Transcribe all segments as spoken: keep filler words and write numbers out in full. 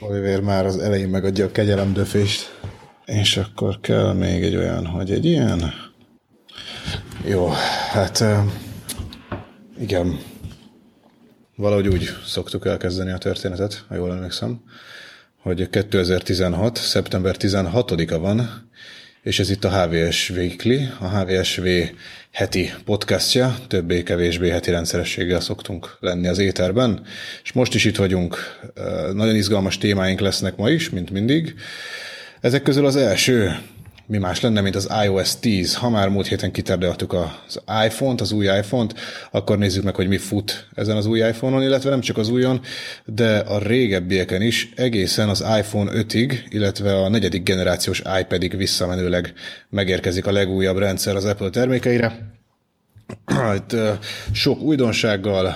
Oliver már az elején megadja a kegyelemdöfést. És akkor kell még egy olyan, hogy egy ilyen... Jó, hát igen. Valahogy úgy szoktuk elkezdeni a történetet, ha jól emlékszem, hogy kétezer-tizenhat. szeptember tizenhatodika van, és ez itt a há vé es Weekly, a há vé es vé heti podcastja, többé-kevésbé heti rendszerességgel szoktunk lenni az éterben, és most is itt vagyunk, nagyon izgalmas témáink lesznek ma is, mint mindig. Ezek közül az első, mi más lenne, mint az i O S tíz. Ha már múlt héten kitárgyaltuk az iPhone-t, az új iPhone-t, akkor nézzük meg, hogy mi fut ezen az új iPhone-on, illetve nem csak az újon, de a régebbieken is, egészen az iPhone ötig, illetve a negyedik generációs iPadig visszamenőleg megérkezik a legújabb rendszer az Apple termékeire. Itt sok újdonsággal.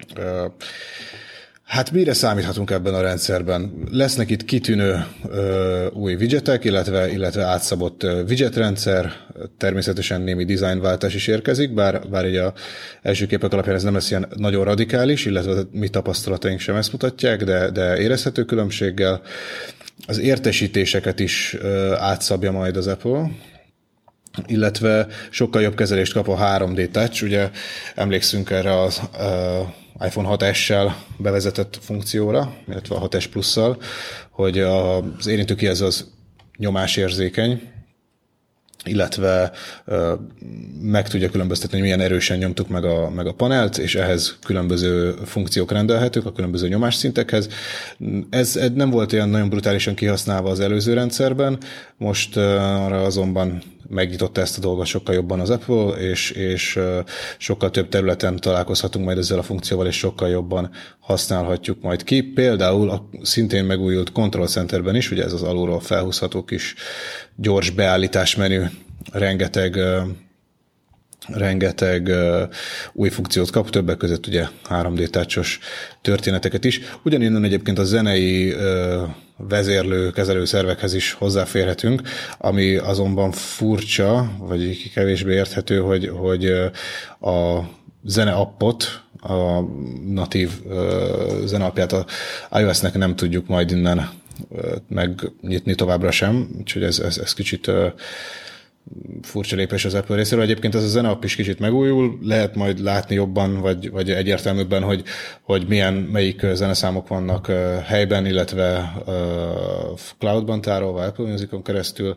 Hát mire számíthatunk ebben a rendszerben? Lesznek itt kitűnő ö, új widgetek, illetve, illetve átszabott ö, widgetrendszer, természetesen némi dizájnváltás is érkezik, bár, bár így az első képek alapján ez nem lesz ilyen nagyon radikális, illetve a mi tapasztalataink sem ezt mutatják, de, de érezhető különbséggel. Az értesítéseket is ö, átszabja majd az Apple, illetve sokkal jobb kezelést kap a három dé Touch, ugye emlékszünk erre az ö, iPhone hat es-sel bevezetett funkcióra, illetve a hat S Plus-szal, hogy az érintőkijelző az nyomásérzékeny, illetve ö, meg tudja különböztetni, hogy milyen erősen nyomtuk meg a, meg a panelt, és ehhez különböző funkciók rendelhetők a különböző nyomásszintekhez. Ez, ez nem volt olyan nagyon brutálisan kihasználva az előző rendszerben, most ö, arra azonban megnyitotta ezt a dolgot sokkal jobban az Apple, és, és sokkal több területen találkozhatunk majd ezzel a funkcióval, és sokkal jobban használhatjuk majd ki. Például a szintén megújult Control Centerben is, ugye ez az alulról felhúzható kis gyors beállítás menü, rengeteg rengeteg uh, új funkciót kap, többek között ugye három dé Touch-os történeteket is. Ugyaninnen egyébként a zenei uh, vezérlő, kezelő szervekhez is hozzáférhetünk, ami azonban furcsa, vagy kevésbé érthető, hogy, hogy uh, a zene appot, a natív uh, zene appját a iOS-nek nem tudjuk majd innen uh, megnyitni továbbra sem, úgyhogy ez, ez, ez kicsit uh, furcsa lépés az Apple részéről. Egyébként ez a zeneapp is kicsit megújul, lehet majd látni jobban, vagy, vagy egyértelműbben, hogy, hogy milyen, melyik zeneszámok vannak uh, helyben, illetve uh, cloudban tárolva, Apple Musicon keresztül.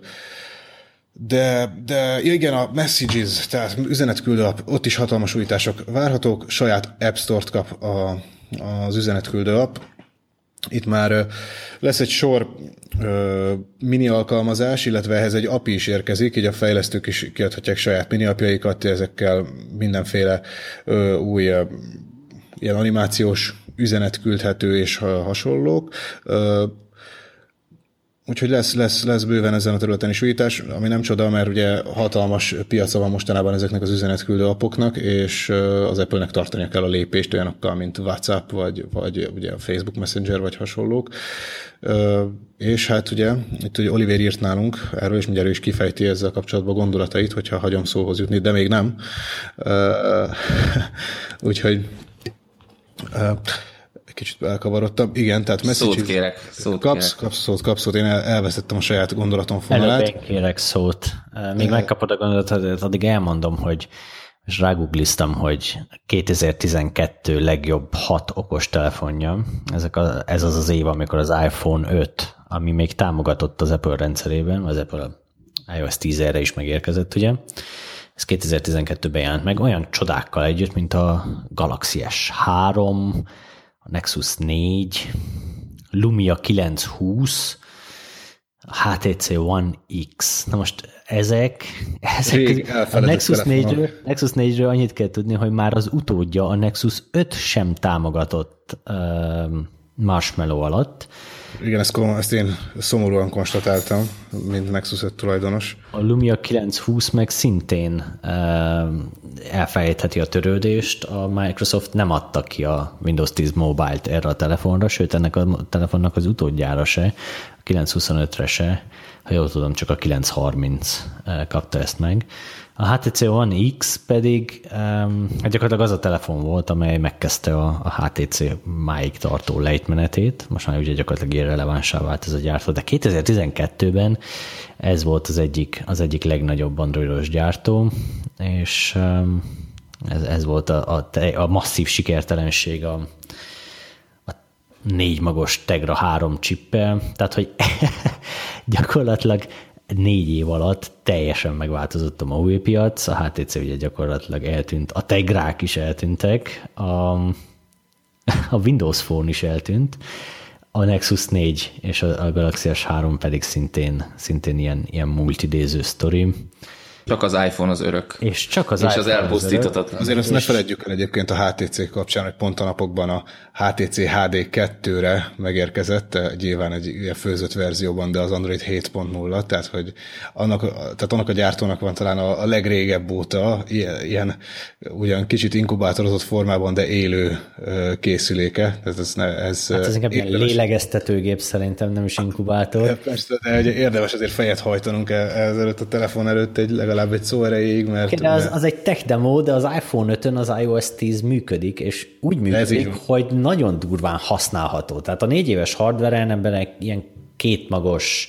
De, de igen, a Messages, tehát üzenetküldő app, ott is hatalmas újítások várhatók, saját App Store-t kap a, az üzenetküldő app. Itt már lesz egy sor ö, mini alkalmazás, illetve ehhez egy á pé i is érkezik, így a fejlesztők is kiadhatják saját mini appjaikat, ezekkel mindenféle ö, új ö, ilyen animációs üzenet küldhető és hasonlók. Ö, Úgyhogy lesz, lesz, lesz bőven ezen a területen is újítás, ami nem csoda, mert ugye hatalmas piaca van mostanában ezeknek az üzenetküldő appoknak, és az Apple-nek tartania kell a lépést olyanokkal, mint WhatsApp, vagy, vagy ugye a Facebook Messenger, vagy hasonlók. És hát ugye, itt ugye Oliver írt nálunk erről, és mindjárt ő is kifejti ezzel kapcsolatban gondolatait, hogyha hagyom szóhoz jutni, de még nem. Úgyhogy... Kicsit elkavarodtam. Igen, tehát message. Szót kérek. Szót kapsz, kérek. kapsz szót, kapsz szót. Én el, elvesztettem a saját gondolatom fonalát. Előbb én kérek szót. Még megkapod a gondolatot, addig elmondom, hogy és rágoogliztam, hogy kétezer-tizenkettő legjobb hat okostelefonja. Ezek a, ez az az év, amikor az iPhone öt, ami még támogatott az Apple rendszerében, az Apple i O S tíz erre is megérkezett, ugye? Ez kétezer-tizenkettőben jelent meg, olyan csodákkal együtt, mint a Galaxy S három, a Nexus négy, Lumia kilencszázhúsz, há té cé One X. Na most ezek, ezek a Nexus négyről, Nexus négyről annyit kell tudni, hogy már az utódja, a Nexus öt sem támogatott uh, Marshmallow alatt. Igen, ezt, ezt én szomorúan konstatáltam, mint Nexus öt tulajdonos. A Lumia kilencszázhúsz meg szintén uh, elfelejtheti a törődést. A Microsoft nem adta ki a Windows tíz Mobile-t erre a telefonra, sőt ennek a telefonnak az utódjára se, a kilencszázhuszonötre se, ha jól tudom, csak a kilencszázharminc kapta ezt meg. A há té cé One X pedig um, gyakorlatilag az a telefon volt, amely megkezdte a, a há té cé máig tartó lejtmenetét. Most már ugye gyakorlatilag irrelevánsá vált ez a gyártó, de kétezer-tizenkettőben ez volt az egyik, az egyik legnagyobb androidos gyártó, és um, ez, ez volt a, a, a masszív sikertelenség a, a négy magos Tegra három csippel, tehát hogy gyakorlatilag négy év alatt teljesen megváltozott a mobil piac, a há té cé ugye gyakorlatilag eltűnt, a Tegrák is eltűntek, a, a Windows Phone is eltűnt, a Nexus négy és a, a Galaxy es három pedig szintén, szintén ilyen, ilyen multidéző sztori. Csak az iPhone az örök. És csak az és iPhone az elpusztíthatatlan. Azért azt ne feledjük el egyébként a há té cé kapcsán, hogy pont a napokban a há té cé há dé kettőre megérkezett, nyilván egy ilyen főzött verzióban, de az Android hét pont nulla, tehát hogy annak, tehát annak a gyártónak van talán a, a legrégebb óta ilyen, ilyen ugyan kicsit inkubátorozott formában, de élő készüléke. Tehát ez, ne, ez, hát ez inkább ilyen lélegeztetőgép szerintem, nem is inkubátor. Persze, de ugye érdemes azért fejet hajtanunk ezelőtt a telefon előtt egy legalább egy szó erejéig, mert... De az, az egy tech demo, de az iPhone ötön az iOS tíz működik, és úgy működik, hogy nagyon durván használható. Tehát a négy éves hardware-en ebben egy ilyen kétmagos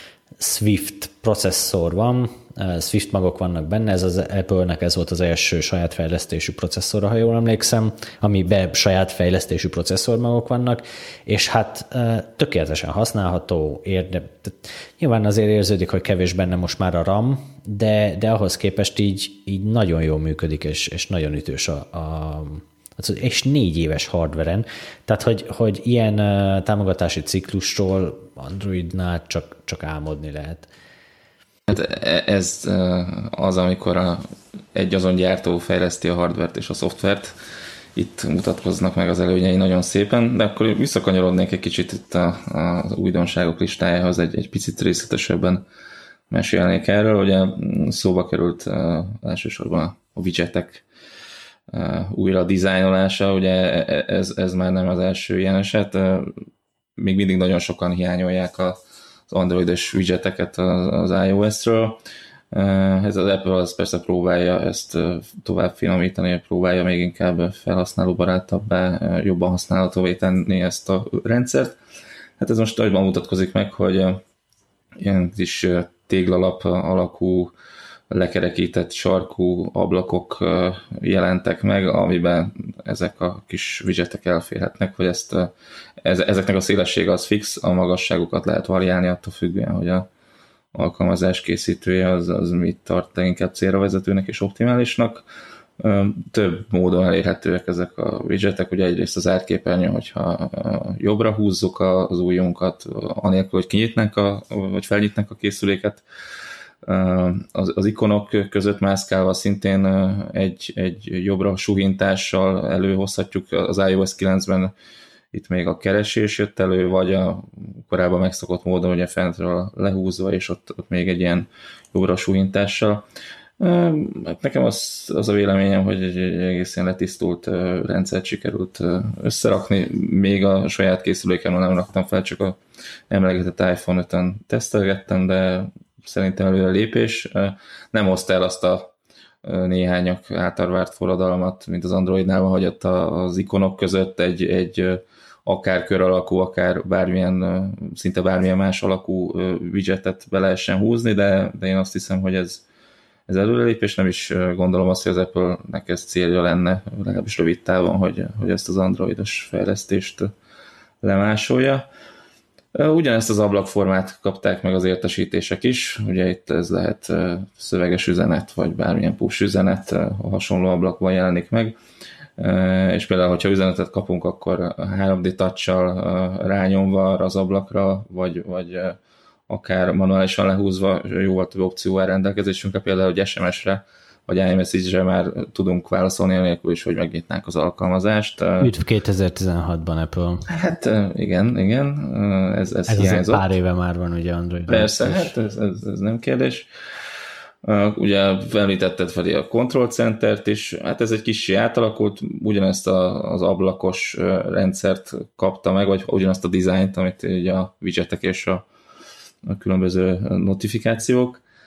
Swift processzor van, Swift magok vannak benne, ez az Apple-nek ez volt az első saját fejlesztésű processzora, ha jól emlékszem, amiben saját fejlesztésű processzormagok vannak, és hát tökéletesen használható, érde... nyilván azért érződik, hogy kevés benne most már a RAM, de, de ahhoz képest így, így nagyon jól működik, és, és nagyon ütős a, a és négy éves hardveren, tehát hogy, hogy ilyen támogatási ciklusról Androidnál csak, csak álmodni lehet. Hát ez az, amikor a, egy azon gyártó fejleszti a hardvert és a szoftvert, itt mutatkoznak meg az előnyei nagyon szépen, de akkor visszakanyarodnék egy kicsit itt a, az újdonságok listájához, egy, egy picit részletesebben mesélnék erről. Ugye szóba került uh, elsősorban a widgetek uh, újra dizájnolása, ugye ez, ez már nem az első ilyen eset, uh, még mindig nagyon sokan hiányolják a az androidos widgeteket az, az iOS-ről. Ez az Apple az persze próbálja ezt tovább finomítani, próbálja még inkább felhasználóbarátabbá, jobban használhatóvé tenni ezt a rendszert. Hát ez most nagyban mutatkozik meg, hogy ilyen kis téglalap alakú, lekerekített sarkú ablakok jelentek meg, amiben ezek a kis widgetek elférhetnek, hogy ezt, ezeknek a szélessége az fix, a magasságukat lehet variálni attól függően, hogy a alkalmazás készítője az, az mit tart inkább célra vezetőnek és optimálisnak. Több módon elérhetőek ezek a widgetek, ugye egyrészt az árképernyő, hogyha jobbra húzzuk az ujjunkat, anélkül, hogy kinyitnánk, a, vagy felnyitnánk a készüléket, Az, az ikonok között mászkálva szintén egy, egy jobbra suhintással előhozhatjuk. Az iOS kilencben itt még a keresés jött elő, vagy a korábban megszokott módon ugye fentről lehúzva, és ott, ott még egy ilyen jobbra suhintással. Nekem az, az a véleményem, hogy egy, egy egészen letisztult rendszert sikerült összerakni. Még a saját készülékemről nem raktam fel, csak a emlegetett iPhone ötön tesztelgettem, de szerintem előre lépés. Nem hozta el azt a néhányak által várt forradalmat, mint az Androidnál van, hogy ott az ikonok között egy, egy akár kör alakú, akár bármilyen, szinte bármilyen más alakú widgetet be lehessen húzni, de, de én azt hiszem, hogy ez, ez előrelépés, nem is gondolom azt, hogy az Apple-nek ez célja lenne, legalábbis rövid távon, hogy, hogy ezt az androidos fejlesztést lemásolja. Ugyanezt az ablakformát kapták meg az értesítések is, ugye itt ez lehet szöveges üzenet, vagy bármilyen push üzenet, a hasonló ablakban jelenik meg, és például, hogyha üzenetet kapunk, akkor három dé touch-sal rányomva az ablakra, vagy, vagy akár manuálisan lehúzva jóval több opció áll rendelkezésünkre, például, hogy es em es-re vagy iMessage-re már tudunk válaszolni anélkül is, hogy megnyitnánk az alkalmazást. Üdv kétezer-tizenhatban Apple. Hát igen, igen, ez, ez, ez hiányzott. Ez pár éve már van ugye Android. Persze, hát ez, ez, ez nem kérdés. Ugye említetted felé a Control Centert is, hát ez egy kicsi átalakult, ugyanezt a, az ablakos rendszert kapta meg, vagy ugyanazt a dizájnt, amit ugye a widgetek és a, a különböző notifikációk.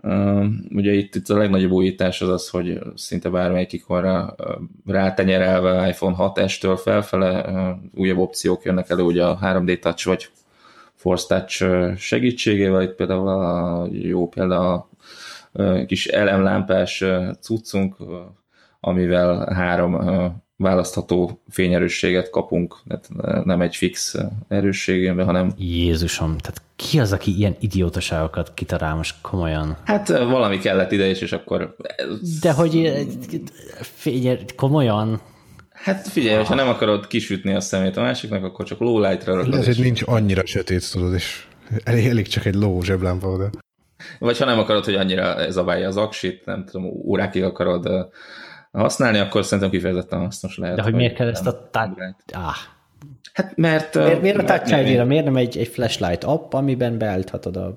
Ugye itt, itt a legnagyobb újítás az az, hogy szinte bármelyik ikonra rátenyerelve iPhone hat es-től felfele újabb opciók jönnek elő, ugye a három dé Touch vagy Force Touch segítségével, itt például a jó példa a kis elemlámpás cuccunk, amivel három választható fényerősséget kapunk, nem egy fix erősségében, hanem... Jézusom, tehát ki az, aki ilyen idiótaságokat kitalál most komolyan? Hát valami kellett ide is, és akkor... De hogy figyelj, komolyan... Hát figyelj, ah. ha nem akarod kisütni a szemét a másiknak, akkor csak low light-ra rakod. Ez, hogy nincs annyira sötét, tudod, és elég, elég csak egy low zseblámpa oda. Vagy ha nem akarod, hogy annyira zabálja az aksit, nem tudom, órákig akarod használni, akkor szerintem kifejezetten hasznos lehet. De hogy miért kell ezt a... Tá... Ah. Hát mert... Miért, miért a Touch áj dé-re? Miért nem egy, egy flashlight app, amiben beállíthatod a...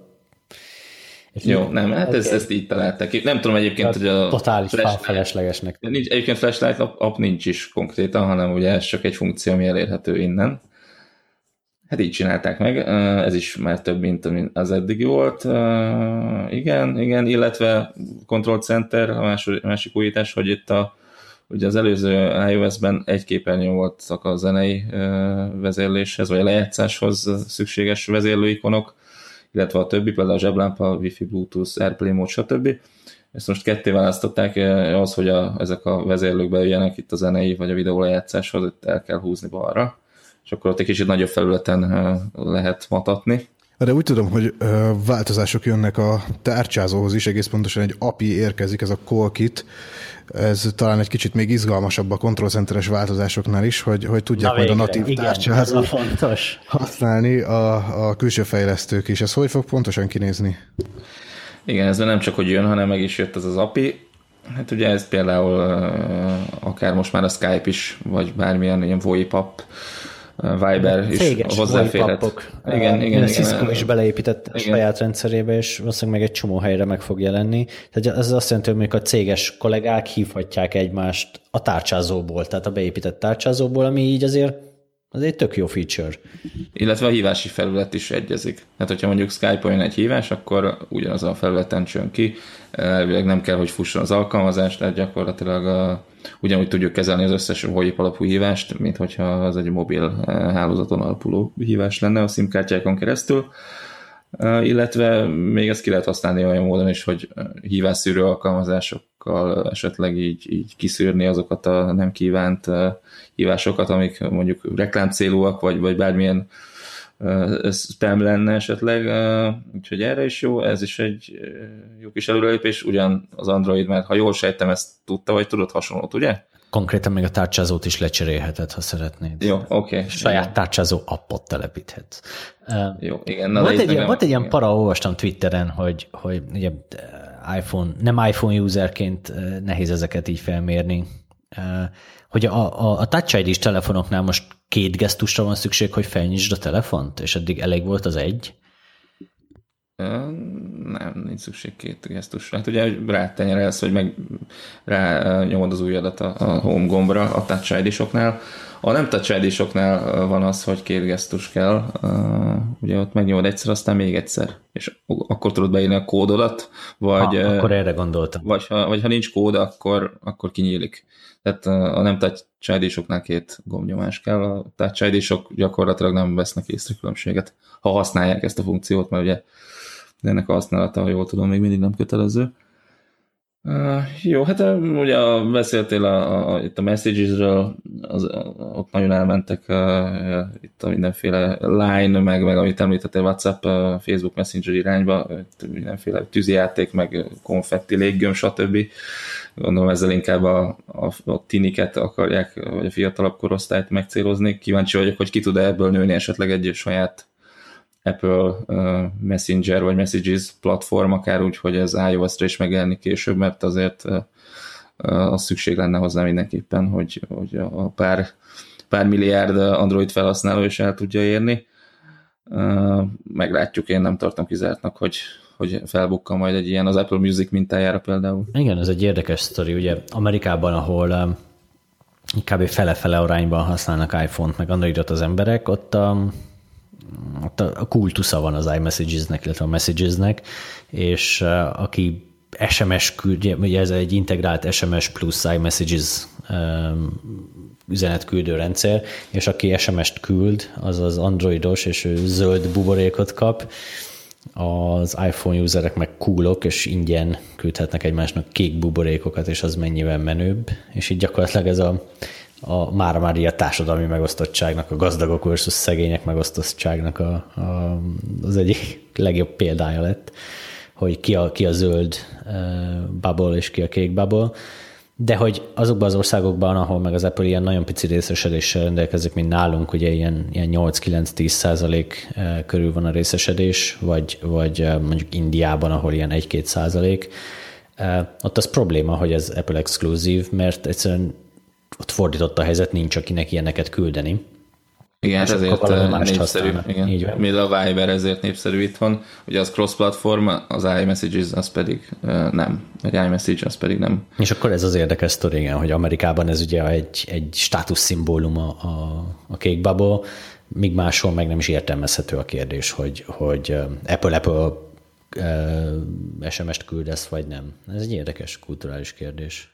Jó, nem, hát okay. ezt, ezt így találták ki. Nem tudom egyébként, hogy a... Totális feleslegesnek. Nincs, egyébként flashlight app, app nincs is konkrétan, hanem ugye ez csak egy funkció, ami elérhető innen. Hát így csinálták meg, ez is már több, mint az eddigi volt. Igen, igen, illetve Control Center, a másik, másik újítás, hogy itt a, ugye az előző iOS-ben egy képernyőn voltak a zenei vezérléshez, vagy a lejátszáshoz szükséges vezérlőikonok, illetve a többi, például a zseblámpa, Wi-Fi, Bluetooth, Airplay mód, stb. Ezt most ketté választották, az, hogy a, ezek a vezérlők beüljenek itt a zenei vagy a videó lejátszáshoz, itt el kell húzni balra, és akkor ott egy kicsit nagyobb felületen lehet matatni. De úgy tudom, hogy változások jönnek a tárcsázóhoz is, egész pontosan egy á pé i érkezik, ez a CallKit, ez talán egy kicsit még izgalmasabb a Control Center-es változásoknál is, hogy, hogy tudják Na, majd végre. a natív Igen, tárcsázót használni a, a külső fejlesztők is. Ez hogy fog pontosan kinézni? Igen, ez nem csak, hogy jön, hanem meg is jött ez az á pé i. Hát ugye ez például akár most már a Skype is, vagy bármilyen ilyen VoIP app, Viber is hozzáférhet. Igen, igen, a Cisco igen, is beleépített a saját rendszerébe, és valószínűleg meg egy csomó helyre meg fog jelenni. Tehát ez azt jelenti, hogy a céges kollégák hívhatják egymást a tárcsázóból, tehát a beépített tárcsázóból, ami így azért az egy tök jó feature. Illetve a hívási felület is egyezik. Hát, hogyha mondjuk Skype-on jön egy hívás, akkor ugyanaz a felületen csön ki. Elvileg nem kell, hogy fusson az alkalmazás, tehát gyakorlatilag a, ugyanúgy tudjuk kezelni az összes VoIP alapú hívást, mint hogyha az egy mobil hálózaton alapuló hívás lenne a SIM-kártyákon keresztül. Illetve még ezt ki lehet használni olyan módon is, hogy hívásszűrő alkalmazásokkal esetleg így, így kiszűrni azokat a nem kívánt hívásokat, amik mondjuk reklámcélúak, vagy, vagy bármilyen spam lenne esetleg. Úgyhogy erre is jó, ez is egy jó kis előrelépés, ugyan az Android, mert ha jól sejtem, ezt tudta, vagy tudod hasonlót, ugye? Konkrétan még a tárcsázót is lecserélheted, ha szeretnéd. Jó, oké. Okay. Saját igen. tárcsázó appot telepíthetsz. Jó, igen. Na, volt egy, ilyen, volt egy ilyen para, olvastam Twitteren, hogy, hogy ugye iPhone, nem iPhone userként nehéz ezeket így felmérni, hogy a, a, a Touch áj dés telefonoknál most két gesztusra van szükség, hogy felnyisd a telefont, és eddig elég volt az egy? Nem, nincs szükség két gesztusra. Hát ugye, hogy rátenyerelsz, vagy meg rá nyomod az ujjadat a, a home gombra a Touch áj dé-soknál. A nem Touch áj dé-soknál van az, hogy két gesztus kell. Ugye ott megnyomod egyszer, aztán még egyszer. És akkor tudod beírni a kódodat, vagy... Ha, akkor erre gondoltam. Vagy ha, vagy ha nincs kód, akkor, akkor kinyílik. Tehát a nem Touch áj dé-soknál két gombnyomás kell. A Touch áj dé-sok gyakorlatilag nem vesznek észre különbséget, ha használják ezt a funkciót, mert ugye ennek a használata, ha jól tudom, még mindig nem kötelező. Uh, jó, hát ugye beszéltél a, a, itt a Messages-ről, az, a, ott nagyon elmentek uh, itt a mindenféle Line, meg, meg amit említettél, WhatsApp, uh, Facebook Messenger irányba, mindenféle tűzijáték, meg konfetti, léggömb, stb. Gondolom ezzel inkább a, a, a tiniket akarják, vagy a fiatalabb korosztályt megcélozni. Kíváncsi vagyok, hogy ki tud ebből nőni esetleg egy saját Apple uh, Messenger vagy Messages platform, akár úgy, hogy ez iOS-ra is megjelenik később, mert azért uh, uh, az szükség lenne hozzá mindenképpen, hogy, hogy a pár, pár milliárd Android felhasználó is el tudja érni. Uh, meglátjuk, én nem tartom kizártnak, hogy, hogy felbukkan majd egy ilyen az Apple Music mintájára például. Igen, ez egy érdekes sztori, ugye Amerikában, ahol um, kb. fele-fele arányban használnak iPhone-t, meg Androidot az emberek, ott a um, a kultusza van az iMessages-nek, illetve a Messages-nek, és aki es em es küld, ugye ez egy integrált es em es plusz iMessages üzenetküldő rendszer, és aki es em est küld, az az androidos, és ő zöld buborékot kap, az iPhone userek meg coolok, és ingyen küldhetnek egymásnak kék buborékokat, és az mennyivel menőbb, és így gyakorlatilag ez a, a mára már ilyen társadalmi megosztottságnak, a gazdagok versus szegények megosztottságnak a, a, az egyik legjobb példája lett, hogy ki a, ki a zöld uh, bubble és ki a kék bubble, de hogy azokban az országokban, ahol meg az Apple ilyen nagyon pici részesedéssel rendelkezik, mint nálunk, ugye ilyen, ilyen nyolc-kilenc-tíz százalék körül van a részesedés, vagy, vagy mondjuk Indiában, ahol ilyen egy-két százalék, ott az probléma, hogy ez Apple exkluzív, mert egyszerűen ott fordított a helyzet, nincs akinek ilyeneket küldeni. Igen, hát ezért népszerű. Igen. Például a Viber ezért népszerű itthon. Ugye az cross-platform, az iMessages az pedig nem. Vagy iMessage az pedig nem. És akkor ez az érdekes sztori, igen, hogy Amerikában ez ugye egy, egy státuszszimbólum a, a, a kék bubble, míg máshol meg nem is értelmezhető a kérdés, hogy, hogy Apple, Apple es em est küldesz, vagy nem. Ez egy érdekes kulturális kérdés.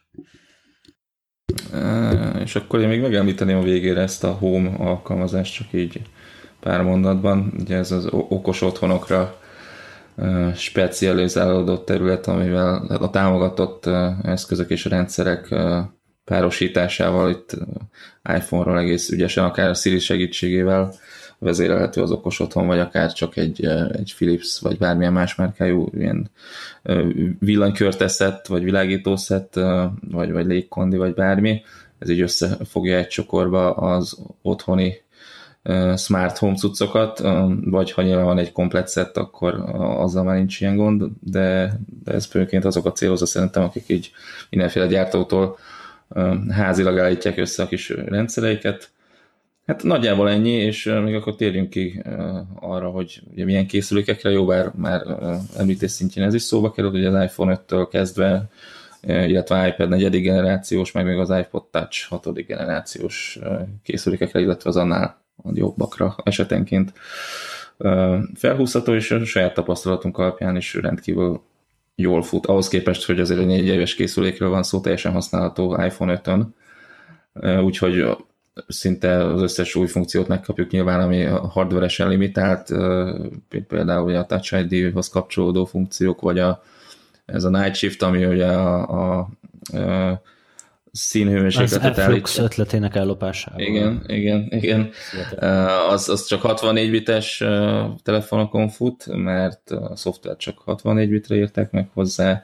Uh, és akkor én még megemlíteném a végére ezt a Home alkalmazást, csak így pár mondatban. Ugye ez az okos otthonokra uh, specializálódott terület, amivel a támogatott uh, eszközök és rendszerek uh, párosításával itt uh, iPhone-ról egész ügyesen, akár a Siri segítségével vezérelhető az okos otthon, vagy akár csak egy, egy Philips, vagy bármilyen más márkájú ilyen villanykörteszett, vagy világítószett, vagy, vagy légkondi, vagy bármi. Ez így összefogja egy csokorba az otthoni smart home cuccokat, vagy ha nyilván van egy komplett szett, akkor azzal már nincs ilyen gond, de, de ez főként azok a célozza szerintem, akik így mindenféle gyártótól házilag állítják össze a kis rendszereiket. Hát nagyjából ennyi, és még akkor térjünk ki arra, hogy ugye milyen készülékekre, jó, bár már említés szintjén ez is szóba került, ugye az iPhone öttől kezdve, illetve iPad negyedik generációs, meg még az iPod Touch hatodik generációs készülékekre, illetve az annál jobbakra esetenként felhúzható, és a saját tapasztalatunk alapján is rendkívül jól fut. Ahhoz képest, hogy azért egy négy éves készülékről van szó, teljesen használható iPhone ötön, úgyhogy szinte az összes új funkciót megkapjuk nyilván, ami hardveresen limitált, például ugye a Touch áj dí-hoz kapcsolódó funkciók, vagy a, ez a Night Shift, ami ugye a, a, a színhőmérsékletet állítja. Az F-Lux ötletének ellopásával. Igen, igen, igen. Az, az csak hatvannégy bites telefonokon fut, mert a szoftvert csak hatvannégy bitre írták meg hozzá,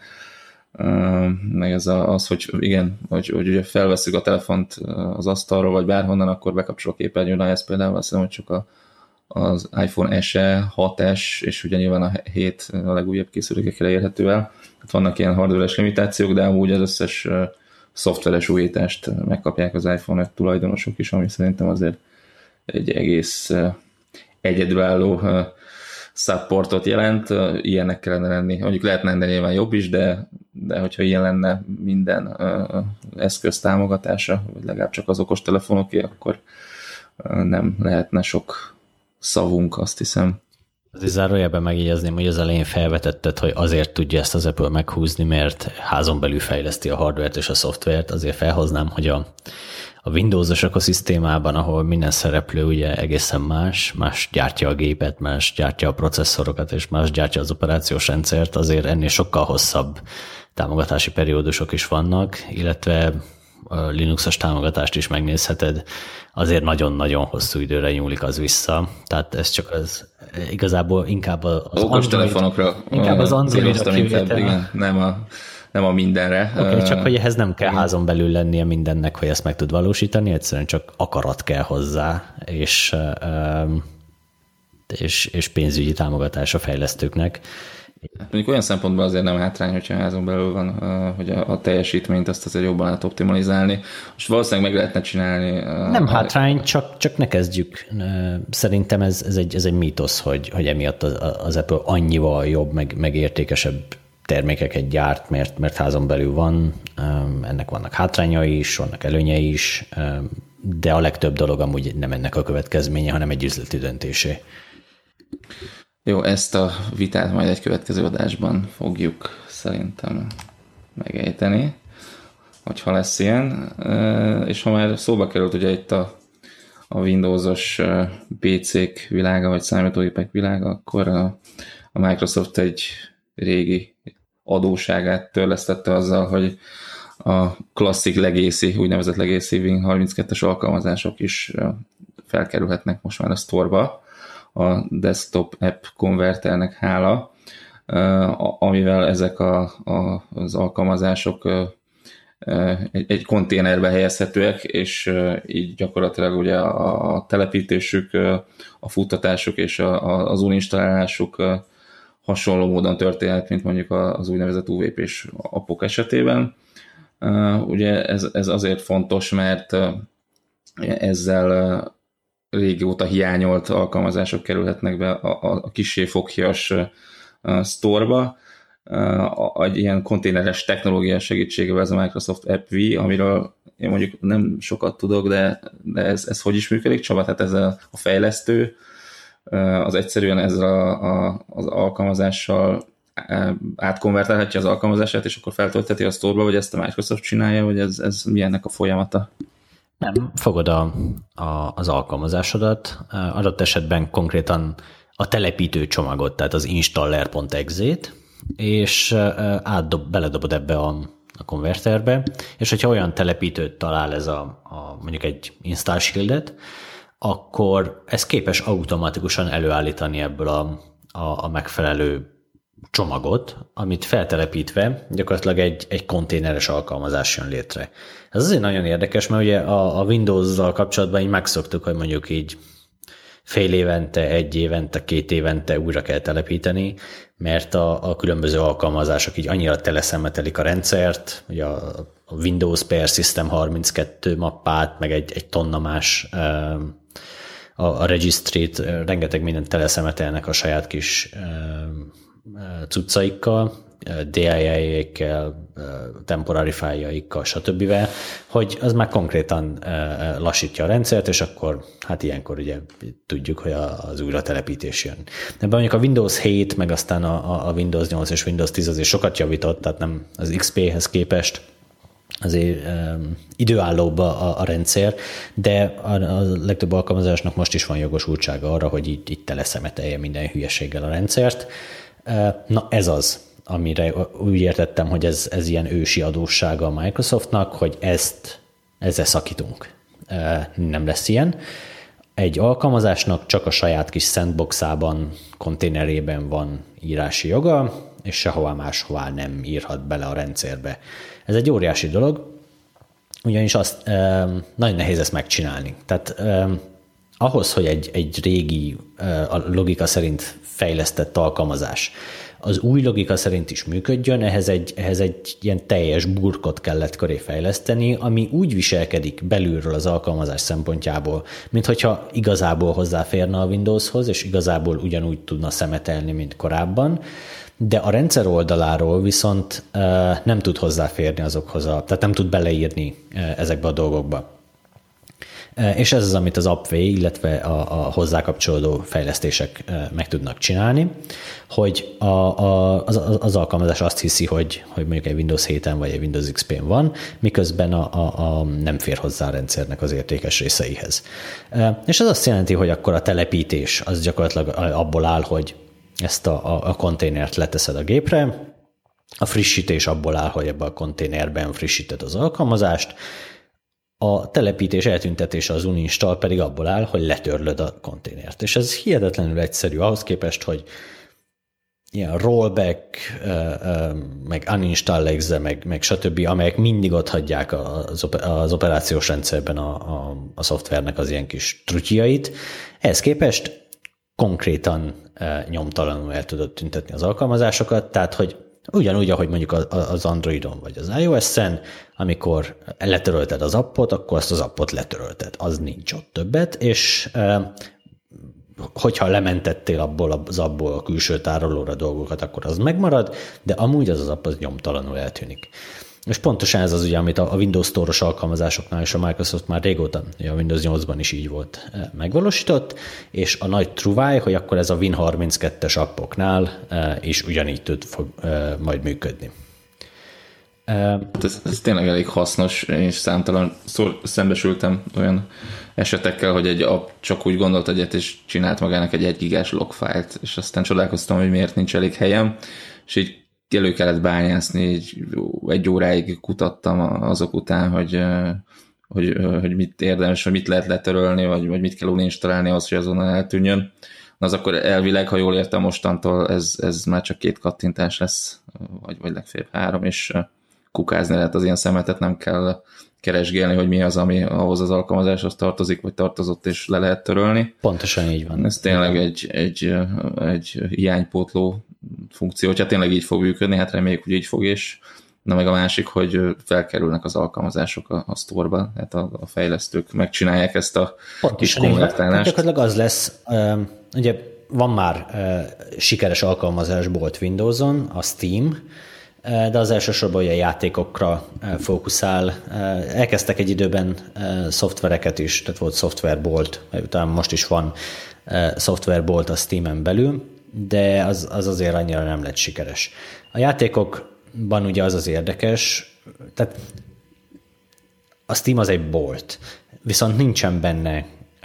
meg ez az, hogy igen, hogy, hogy ugye felveszünk a telefont az asztalról, vagy bárhonnan, akkor bekapcsol a képernyőn, ez például azt hiszem, hogy csak a, az iPhone es e, hat es, és ugye nyilván a hét a legújabb készülékekre érhető el. Hát vannak ilyen hardware-es limitációk, de amúgy az összes uh, szoftveres újítást megkapják az iPhone öt tulajdonosok is, ami szerintem azért egy egész uh, egyedülálló uh, supportot jelent, ilyennek kellene lenni. Mondjuk lehetne ennél nyilván jobb is, de, de hogyha ilyen lenne minden uh, eszköz támogatása, vagy legalább csak az okos telefonoké, akkor uh, nem lehetne sok szavunk, azt hiszem. Azért zárójelben megjegyezném, hogy az elején felvetetted, hogy azért tudja ezt az Apple meghúzni, mert házon belül fejleszti a hardware-t és a szoftvert. Azért felhoznám, hogy a, a Windows-os ökoszisztémában, ahol minden szereplő ugye egészen más, más gyártja a gépet, más gyártja a processzorokat, és más gyártja az operációs rendszert, azért ennél sokkal hosszabb támogatási periódusok is vannak, illetve a Linuxos támogatást is megnézheted, azért nagyon-nagyon hosszú időre nyúlik az vissza. Tehát ez csak az igazából inkább az okos Android, telefonokra. Inkább az Android-ra igen, nem a, nem a mindenre. Oké, okay, csak hogy ehhez nem kell igen. házon belül lennie mindennek, hogy ezt meg tud valósítani, egyszerűen csak akarat kell hozzá, és, és, és pénzügyi támogatás a fejlesztőknek. Mondjuk olyan szempontból azért nem hátrány, hogyha házon belül van, hogy a, a teljesítményt azt azért jobban lehet optimalizálni. Most valószínűleg meg lehetne csinálni. Nem a, hátrány, csak, csak ne kezdjük. Szerintem ez, ez, egy, ez egy mítosz, hogy, hogy emiatt az, az Apple annyival jobb, meg, meg értékesebb termékeket gyárt, mert, mert házon belül van. Ennek vannak hátrányai is, vannak előnyei is, de a legtöbb dolog amúgy nem ennek a következménye, hanem egy üzleti döntésé. Jó, ezt a vitát majd egy következő adásban fogjuk szerintem megejteni, hogyha lesz ilyen. És ha már szóba került ugye itt a, a Windowsos pé cék világa, vagy számítógépek világa, akkor a, a Microsoft egy régi adóságát törlesztette azzal, hogy a klasszik legacy, úgynevezett legacy Win harminckettes alkalmazások is felkerülhetnek most már a store-ba, a desktop app konverternek hála, amivel ezek a, a, az alkalmazások egy, egy konténerbe helyezhetőek, és így gyakorlatilag ugye a telepítésük, a futtatásuk és a, a, az uninstallálásuk hasonló módon történhet, mint mondjuk az úgynevezett u vé pés appok esetében. Ugye ez, ez azért fontos, mert ezzel régóta hiányolt alkalmazások kerülhetnek be a, a, a kissé foghias store-ba. Egy ilyen konténeres technológia segítségével ez a Microsoft AppV, amiről én mondjuk nem sokat tudok, de, de ez, ez hogy is működik, Csaba? Tehát ez a, a fejlesztő, az egyszerűen ezzel a, a, az alkalmazással átkonvertálhatja az alkalmazását, és akkor feltölteti a store-ba, vagy ezt a Microsoft csinálja, vagy ez, ez mi ennek a folyamata? Nem, fogod a, a, az alkalmazásodat, adott esetben konkrétan a telepítő csomagot, tehát az installer.exe-t, és átdob, beledobod ebbe a, a konverterbe, és hogyha olyan telepítőt talál ez a, a mondjuk egy install shieldet, akkor ez képes automatikusan előállítani ebből a, a, a megfelelő csomagot, amit feltelepítve gyakorlatilag egy, egy konténeres alkalmazás jön létre. Ez azért nagyon érdekes, mert ugye a, a Windows-zal kapcsolatban így megszoktuk, hogy mondjuk így fél évente, egy évente, két évente újra kell telepíteni, mert a, a különböző alkalmazások így annyira teleszemetelik a rendszert, ugye a, a Windows per System harminckettő mappát, meg egy, egy tonna más a, a registry-t, rengeteg mindent teleszemetelnek a saját kis cuccaikkal, dé i á-ékkel, temporary file-jaikkal, stb., hogy az már konkrétan lassítja a rendszert, és akkor hát ilyenkor ugye tudjuk, hogy az újratelepítés jön. Ebben mondjuk a Windows hét, meg aztán a, a Windows nyolc és Windows tíz azért sokat javított, tehát nem az iksz pé-hez képest azért um, időállóbb a, a rendszer, de a, a legtöbb alkalmazásnak most is van jogosultsága arra, hogy így, így teleszemetelje minden hülyeséggel a rendszert. Na ez az, amire úgy értettem, hogy ez, ez ilyen ősi adóssága a Microsoftnak, hogy ezt, ezzel szakítunk. Nem lesz ilyen. Egy alkalmazásnak csak a saját kis sandboxában, konténerében van írási joga, és sehová máshová nem írhat bele a rendszerbe. Ez egy óriási dolog, ugyanis azt nagyon nehéz ezt megcsinálni. Tehát ahhoz, hogy egy, egy régi, a logika szerint fejlesztett alkalmazás az új logika szerint is működjön, ehhez egy, ehhez egy ilyen teljes burkot kellett köré fejleszteni, ami úgy viselkedik belülről az alkalmazás szempontjából, mint hogyha igazából hozzáférne a Windowshoz, és igazából ugyanúgy tudna szemetelni, mint korábban, de a rendszer oldaláról viszont nem tud hozzáférni azokhoz, a, tehát nem tud beleírni ezekbe a dolgokba. És ez az, amit az AppV, illetve a, a hozzá kapcsolódó fejlesztések meg tudnak csinálni, hogy a, a, az, az alkalmazás azt hiszi, hogy, hogy mondjuk egy Windows héten vagy egy Windows iksz pén van, miközben a, a, a nem fér hozzá a rendszernek az értékes részeihez. És ez azt jelenti, hogy akkor a telepítés az gyakorlatilag abból áll, hogy ezt a, a, a konténert leteszed a gépre, a frissítés abból áll, hogy ebben a konténerben frissíted az alkalmazást, a telepítés eltüntetése az uninstall pedig abból áll, hogy letörlöd a konténert. És ez hihetetlenül egyszerű ahhoz képest, hogy ilyen rollback, meg uninstall exe, meg, meg stb., amelyek mindig ott hagyják az operációs rendszerben a, a, a szoftvernek az ilyen kis trutyiait. Ehhez képest konkrétan nyomtalanul el tudod tüntetni az alkalmazásokat, tehát hogy ugyanúgy, ahogy mondjuk az Androidon vagy az iOS-en, amikor letörölted az appot, akkor azt az appot letörölted. Az nincs ott többet, és hogyha lementettél abból az appból a külső tárolóra dolgokat, akkor az megmarad, de amúgy az az app az nyomtalanul eltűnik. És pontosan ez az ugye, amit a Windows Store-os alkalmazásoknál és a Microsoft már régóta, a Windows nyolcban is így volt megvalósított, és a nagy truváj, hogy akkor ez a Win harminckettes appoknál is ugyanígy tud fog majd működni. Ez, ez tényleg elég hasznos, és számtalan szor szembesültem olyan esetekkel, hogy egy app csak úgy gondolt egyet, és csinált magának egy egy gigás logfájlt, és aztán csodálkoztam, hogy miért nincs elég helyem, és így elő kellett bányászni, így egy óráig kutattam azok után, hogy, hogy, hogy mit érdemes, vagy mit lehet letörölni, vagy, vagy mit kell úgy installálni ahhoz, hogy azonnal eltűnjön. Na az akkor elvileg, ha jól értem mostantól, ez, ez már csak két kattintás lesz, vagy, vagy legfeljebb három, és kukázni lehet az ilyen szemetet, nem kell keresgélni, hogy mi az, ami ahhoz az alkalmazáshoz tartozik, vagy tartozott, és le lehet törölni. Pontosan így van. Ez tényleg egy, egy, egy hiánypótló funkció, hogyha tényleg így fog működni, hát reméljük, hogy így fog, és na meg a másik, hogy felkerülnek az alkalmazások a, a store-ba, tehát a, a fejlesztők megcsinálják ezt a pontosan kis konvertálást. Gyakorlatilag az lesz, ugye van már sikeres alkalmazásbolt Windowson, a Steam, de az elsősorban a játékokra fókuszál. Elkezdtek egy időben szoftvereket is, tehát volt szoftverbolt, utána most is van szoftverbolt a Steamen belül, de az, az azért annyira nem lett sikeres. A játékokban ugye az az érdekes, tehát a Steam az egy bolt, viszont nincsen benne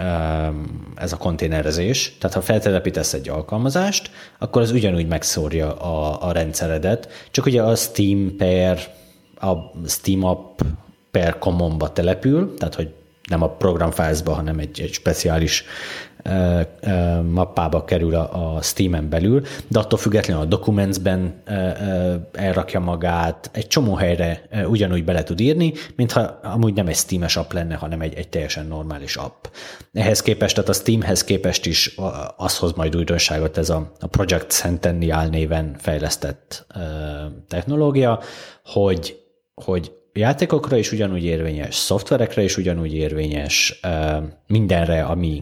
ez a konténerezés, tehát ha feltelepítesz egy alkalmazást, akkor az ugyanúgy megszórja a, a rendszeredet, csak ugye a Steam per, a Steam app per commonba települ, tehát hogy nem a program filesba, hanem egy, egy speciális uh, uh, mappába kerül a, a Steamen belül, de attól függetlenül a Documentsben uh, uh, elrakja magát, egy csomó helyre uh, ugyanúgy bele tud írni, mintha amúgy nem egy Steam-es app lenne, hanem egy, egy teljesen normális app. Ehhez képest, tehát a Steamhez képest is az hoz majd újdonságot ez a, a Project Centennial néven fejlesztett uh, technológia, hogy, hogy játékokra is ugyanúgy érvényes, szoftverekre is ugyanúgy érvényes, mindenre, ami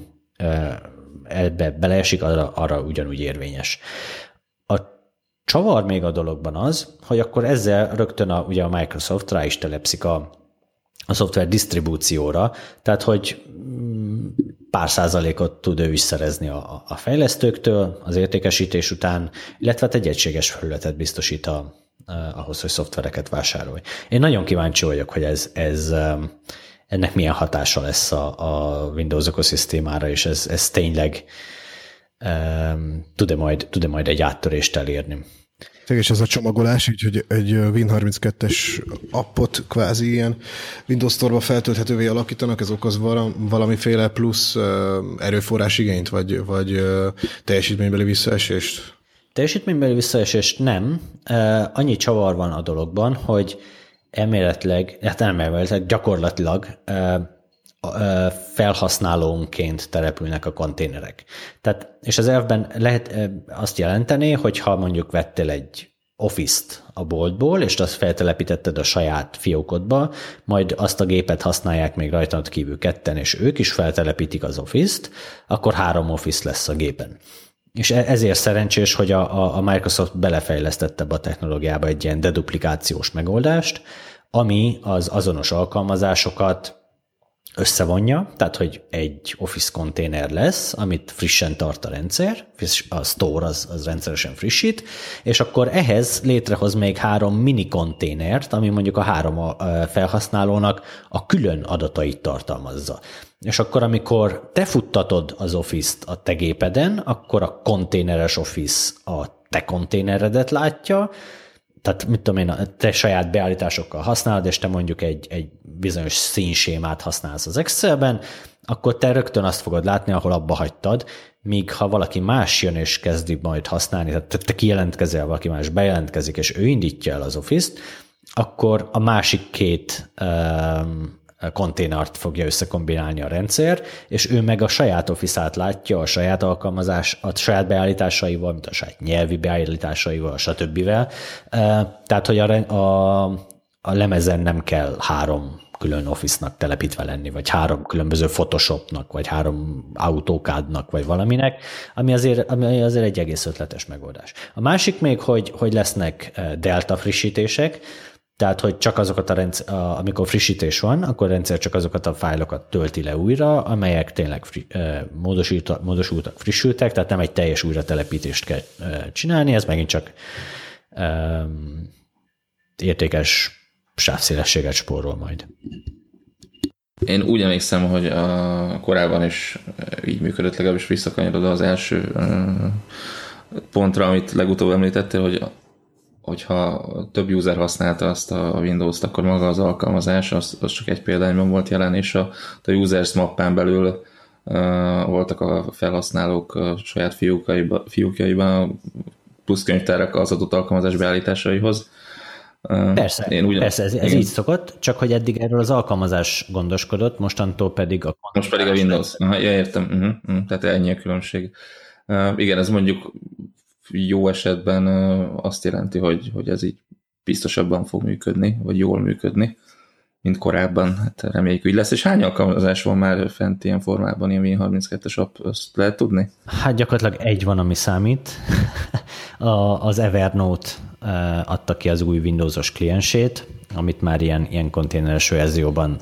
ebbe beleesik, arra, arra ugyanúgy érvényes. A csavar még a dologban az, hogy akkor ezzel rögtön a, ugye a Microsoft rá is telepszik a, a szoftver disztribúcióra, tehát hogy pár százalékot tud ő is szerezni a, a fejlesztőktől az értékesítés után, illetve egy egységes felületet biztosít a ahhoz, hogy szoftvereket vásárolj. Én nagyon kíváncsi vagyok, hogy ez, ez ennek milyen hatása lesz a, a Windows ökoszisztémára, és ez, ez tényleg um, tud-e majd, tud-e majd egy áttörést elérni. És ez a csomagolás, így, hogy egy Win harminckettes appot kvázi ilyen Windows Store-ba feltölthetővé alakítanak, ez okoz valamiféle plusz erőforrás igényt, vagy, vagy teljesítménybeli visszaesést? Teljesítménybeli visszaesést nem. Annyi csavar van a dologban, hogy elméletileg, hát nem elméletileg, gyakorlatilag felhasználónként települnek a konténerek. Tehát, és az elvben lehet azt jelenteni, hogy ha mondjuk vettél egy Office-t a boltból, és azt feltelepítetted a saját fiókodba, majd azt a gépet használják még rajtad kívül ketten, és ők is feltelepítik az Office-t, akkor három Office lesz a gépen. És ezért szerencsés, hogy a, a Microsoft belefejlesztette be a technológiába egy ilyen deduplikációs megoldást, ami az azonos alkalmazásokat összevonja, tehát hogy egy Office konténer lesz, amit frissen tart a rendszer, a Store az, az rendszeresen frissít, és akkor ehhez létrehoz még három mini konténert, ami mondjuk a három felhasználónak a külön adatait tartalmazza. És akkor, amikor te futtatod az Office-t a te gépeden, akkor a konténeres Office a te konténeredet látja, tehát mit tudom én, a te saját beállításokkal használod, és te mondjuk egy, egy bizonyos színsémát használsz az Excelben, akkor te rögtön azt fogod látni, ahol abba hagytad, míg ha valaki más jön és kezdi majd használni, tehát te kijelentkezel, valaki más bejelentkezik, és ő indítja el az Office-t, akkor a másik két um, konténert fogja összekombinálni a rendszer, és ő meg a saját Office-át látja, a saját alkalmazás, a saját beállításaival, mint a saját nyelvi beállításaival, stb. Tehát, hogy a, a, a lemezen nem kell három külön Office-nak telepítve lenni, vagy három különböző Photoshopnak, vagy három AutoCAD-nak, vagy valaminek, ami azért, ami azért egy egész ötletes megoldás. A másik még, hogy, hogy lesznek delta frissítések, Tehát, hogy csak azokat a rendszer, amikor frissítés van, akkor a rendszer csak azokat a fájlokat tölti le újra, amelyek tényleg fri, módosultak, frissültek, tehát nem egy teljes újratelepítést kell csinálni, ez megint csak um, értékes sávszélességet spórol majd. Én úgy emlékszem, hogy a korábban is így működött, legalábbis visszakanyarodva az első pontra, amit legutóbb említettél, hogy hogyha több user használta azt a Windows-t, akkor maga az alkalmazás, az, az csak egy példányban volt jelen, és a, a users mappán belül uh, voltak a felhasználók a saját fiúkjaiban, fiúkjaiban plusz könyvtárak az adott alkalmazás beállításaihoz. Uh, persze, én ugyan, persze ez, ez így szokott, csak hogy eddig erről az alkalmazás gondoskodott, mostantól pedig a... Most pedig a Windows. Aha, ja, értem. Uh-huh, uh-huh. Tehát ennyi a különbség. Uh, igen, ez mondjuk jó esetben azt jelenti, hogy, hogy ez így biztosabban fog működni, vagy jól működni, mint korábban. Hát reméljük, hogy lesz. És hány alkalmazás van már fent ilyen formában, ilyen Win harminckettes app, azt lehet tudni? Hát gyakorlatilag egy van, ami számít. Az Evernote adta ki az új Windowsos kliensét, amit már ilyen, ilyen konténeres verzióban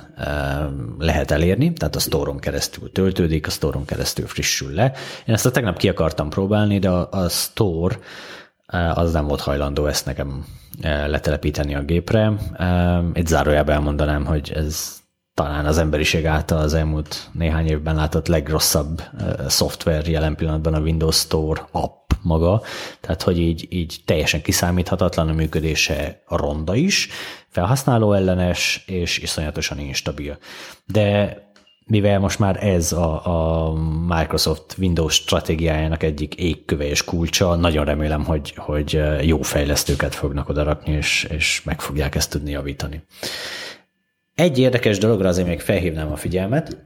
lehet elérni, tehát a Store-on keresztül töltődik, a Store-on keresztül frissül le. Én ezt a tegnap ki akartam próbálni, de a, a Store az nem volt hajlandó ezt nekem letelepíteni a gépre. Egy zárójában elmondanám, hogy ez talán az emberiség által az elmúlt néhány évben látott legrosszabb szoftver jelen pillanatban a Windows Store app maga, tehát hogy így, így teljesen kiszámíthatatlan, a működése ronda is, felhasználó ellenes és iszonyatosan instabil. De mivel most már ez a, a Microsoft Windows stratégiájának egyik égköve és kulcsa, nagyon remélem, hogy, hogy jó fejlesztőket fognak odarakni, és, és meg fogják ezt tudni javítani. Egy érdekes dologra azért még felhívnám a figyelmet,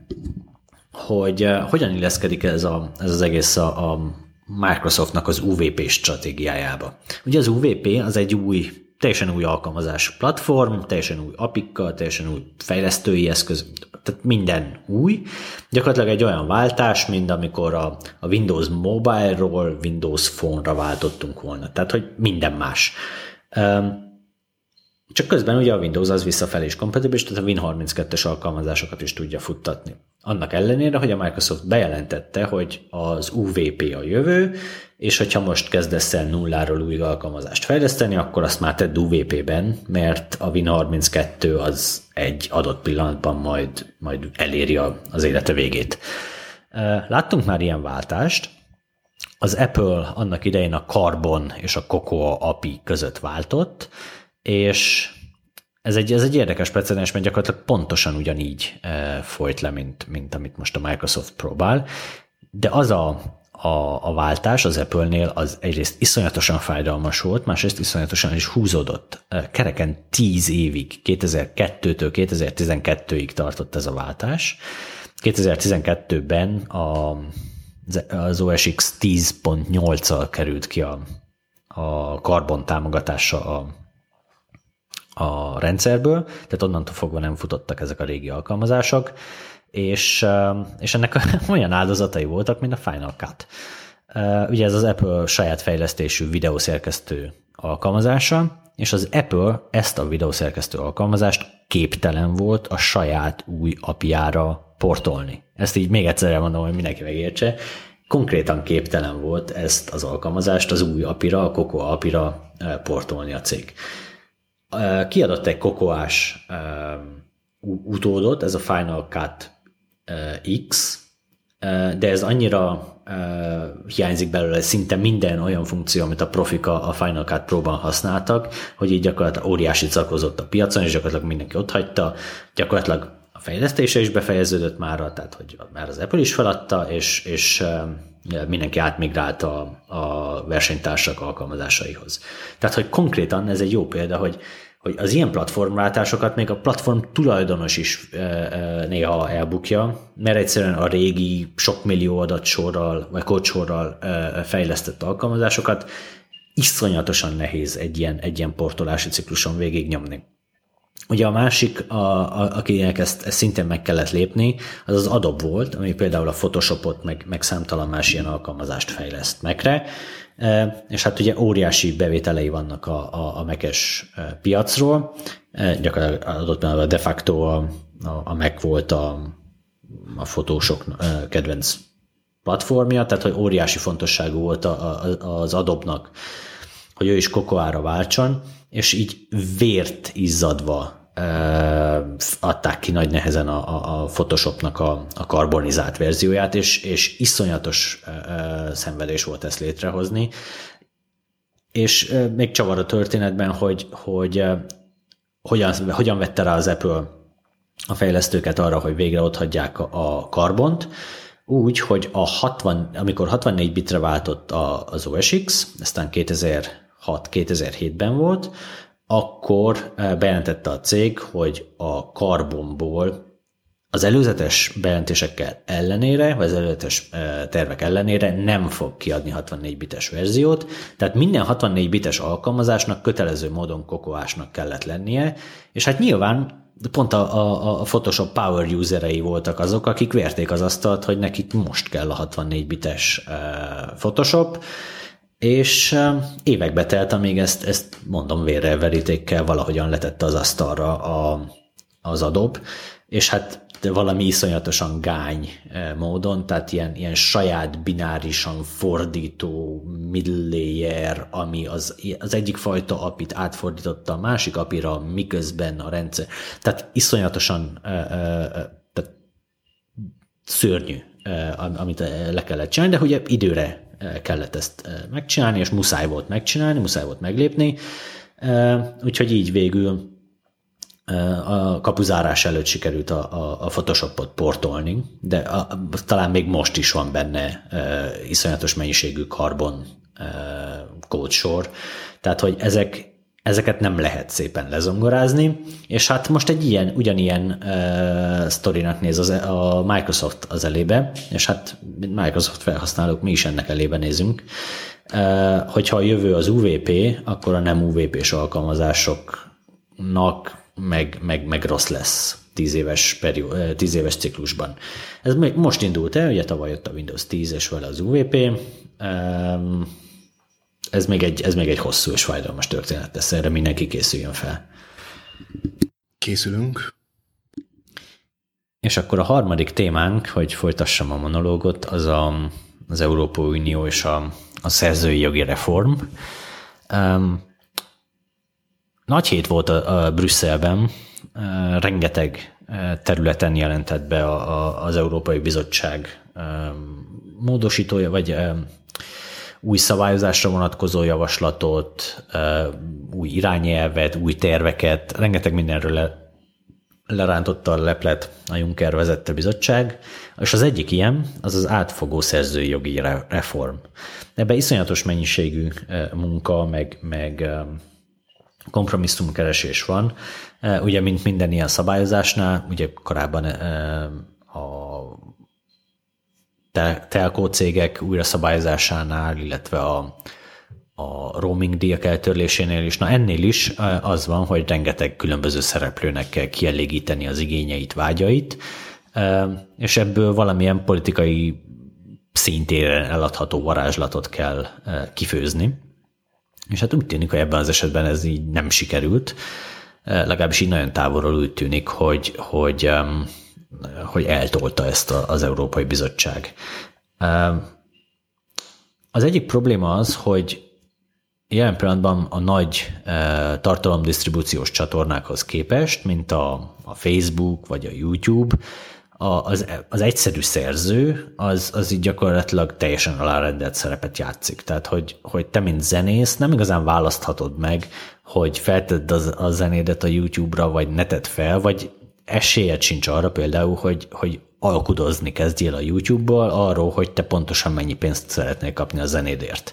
hogy uh, hogyan illeszkedik ez, a, ez az egész a, a Microsoftnak az u vé pé stratégiájába. Ugye az u vé pé az egy új, teljesen új alkalmazás platform, teljesen új apikkal, teljesen új fejlesztői eszköz, tehát minden új. Gyakorlatilag egy olyan váltás, mint amikor a, a Windows Mobile-ról Windows Phone-ra váltottunk volna. Tehát, hogy minden más. Um, Csak közben ugye a Windows az visszafelé is kompatibilis, tehát a Win harminckettes alkalmazásokat is tudja futtatni. Annak ellenére, hogy a Microsoft bejelentette, hogy az u vé pé a jövő, és hogyha most kezdesz el nulláról új alkalmazást fejleszteni, akkor azt már tedd u vé pében, mert a Win harminckettő az egy adott pillanatban majd, majd eléri az élete végét. Láttunk már ilyen váltást. Az Apple annak idején a Carbon és a Cocoa á pé i között váltott, és ez egy, ez egy érdekes precedens, mert gyakorlatilag pontosan ugyanígy e, folyt le, mint, mint amit most a Microsoft próbál, de az a, a, a váltás az Apple-nél az egyrészt iszonyatosan fájdalmas volt, másrészt iszonyatosan is húzódott. Kereken tíz évig, kétezer-kettőtől kétezer-tizenkettőig tartott ez a váltás. kétezer-tizenkettőben a, az o es iksz tíz pont nyolccal került ki a, a Carbon támogatása a a rendszerből, tehát onnantól fogva nem futottak ezek a régi alkalmazások, és, és ennek olyan áldozatai voltak, mint a Final Cut. Ugye ez az Apple saját fejlesztésű videószerkesztő alkalmazása, és az Apple ezt a videószerkesztő alkalmazást képtelen volt a saját új apiára portolni. Ezt így még egyszer elmondom, hogy mindenki megértse. Konkrétan képtelen volt ezt az alkalmazást az új apira, a Cocoa apira portolni a cég. Kiadott egy kokoás uh, utódot, ez a Final Cut uh, X, uh, de ez annyira uh, hiányzik belőle szinte minden olyan funkció, amit a profika a Final Cut Pro-ban használtak, hogy így gyakorlatilag óriási cakozott a piacon, és gyakorlatilag mindenki otthagyta, gyakorlatilag a fejlesztése is befejeződött már, tehát hogy már az Apple is feladta, és, és uh, mindenki átmigrált a, a versenytársak alkalmazásaihoz. Tehát, hogy konkrétan ez egy jó példa, hogy, hogy az ilyen platformváltásokat még a platform tulajdonos is e, e, néha elbukja, mert egyszerűen a régi sok millió adatsorral vagy kódsorral e, fejlesztett alkalmazásokat iszonyatosan nehéz egy ilyen, egy ilyen portolási cikluson végignyomni. Ugye a másik, a, a, akinek ezt, ezt szintén meg kellett lépni, az az Adobe volt, ami például a Photoshopot, meg, meg számtalan más ilyen alkalmazást fejleszt Macre. és hát ugye óriási bevételei vannak a, a, a Mac-es piacról, gyakorlatilag adott a de facto a, a, a Mac volt a, a fotósok kedvenc platformja, tehát hogy óriási fontosságú volt a, a, az Adobe-nak, hogy ő is Cocoa-ra váltson, és így vért izzadva adták ki nagy nehezen a, a, a Photoshopnak a, a karbonizált verzióját, és, és iszonyatos uh, szenvedés volt ezt létrehozni. És uh, még csavar a történetben, hogy, hogy uh, hogyan, hogyan vette rá az Apple a fejlesztőket arra, hogy végre otthagyják a, a karbont, úgy, hogy a hatvan, amikor hatvannégy bitre váltott a, az o es X, aztán kétezer-hat kétezer-hétben volt, akkor bejelentette a cég, hogy a karbonból az előzetes bejelentésekkel ellenére, vagy az előzetes tervek ellenére nem fog kiadni hatvannégy bites verziót, tehát minden hatvannégy bites alkalmazásnak kötelező módon Cocoa-snak kellett lennie, és hát nyilván pont a, a, a Photoshop power userei voltak azok, akik verték az asztalt, hogy nekik most kell a hatvannégy bites Photoshop, és évekbe telt, amíg ezt, ezt mondom vérrel, verítékkel valahogyan letette az asztalra a, az Adobe, és hát valami iszonyatosan gány módon, tehát ilyen, ilyen saját binárisan fordító middle layer, ami az, az egyik fajta apit átfordította a másik apira, miközben a rendszer, tehát iszonyatosan tehát szörnyű, amit le kellett csinálni, de ugye időre kellett ezt megcsinálni, és muszáj volt megcsinálni, muszáj volt meglépni, úgyhogy így végül a kapuzárás előtt sikerült a, a, a Photoshopot portolni, de a, talán még most is van benne iszonyatos mennyiségű karbon kódsor, tehát hogy ezek ezeket nem lehet szépen lezongorázni, és hát most egy ilyen, ugyanilyen uh, sztorinak néz az, a Microsoft az elébe, és hát Microsoft felhasználók mi is ennek elébe nézünk, uh, hogyha a jövő az u vé pé, akkor a nem u vé pés alkalmazásoknak meg, meg, meg rossz lesz tíz éves, perió, tíz éves ciklusban. Ez még most indult el, ugye tavaly jött a Windows tíz és vele az u vé pé, um, Ez még, egy, ez még egy hosszú és fájdalmas történet lesz, erre mindenki készüljön fel. Készülünk. És akkor a harmadik témánk, hogy folytassam a monológot, az a, az Európai Unió és a, a szerzői jogi reform. Um, nagy hét volt a, a Brüsszelben, uh, rengeteg uh, területen jelentett be a, a, az Európai Bizottság um, módosítója, vagy um, új szabályozásra vonatkozó javaslatot, új irányelvet, új terveket, rengeteg mindenről le, lerántotta a leplet a Juncker vezette bizottság, és az egyik ilyen, az az átfogó szerzői jogi reform. Ebben iszonyatos mennyiségű munka, meg, meg kompromisszumkeresés van. Ugye, mint minden ilyen szabályozásnál, ugye korábban a telkó cégek újra szabályozásánál, illetve a, a roaming díjak eltörlésénél is. Na ennél is az van, hogy rengeteg különböző szereplőnek kell kielégíteni az igényeit, vágyait, és ebből valamilyen politikai szintéren eladható varázslatot kell kifőzni. És hát úgy tűnik, hogy ebben az esetben ez így nem sikerült. Legalábbis így nagyon távolról úgy tűnik, hogy, hogy hogy eltolta ezt az Európai Bizottság. Az egyik probléma az, hogy jelen pillanatban a nagy tartalomdisztribúciós csatornákhoz képest, mint a, a Facebook vagy a YouTube, az, az egyszerű szerző, az, az így gyakorlatilag teljesen alárendelt szerepet játszik. Tehát, hogy, hogy te, mint zenész, nem igazán választhatod meg, hogy feltedd a zenédet a YouTube-ra, vagy ne tedd fel, vagy esélyed sincs arra például, hogy, hogy alkudozni kezdjél a YouTube-ból arról, hogy te pontosan mennyi pénzt szeretnél kapni a zenédért.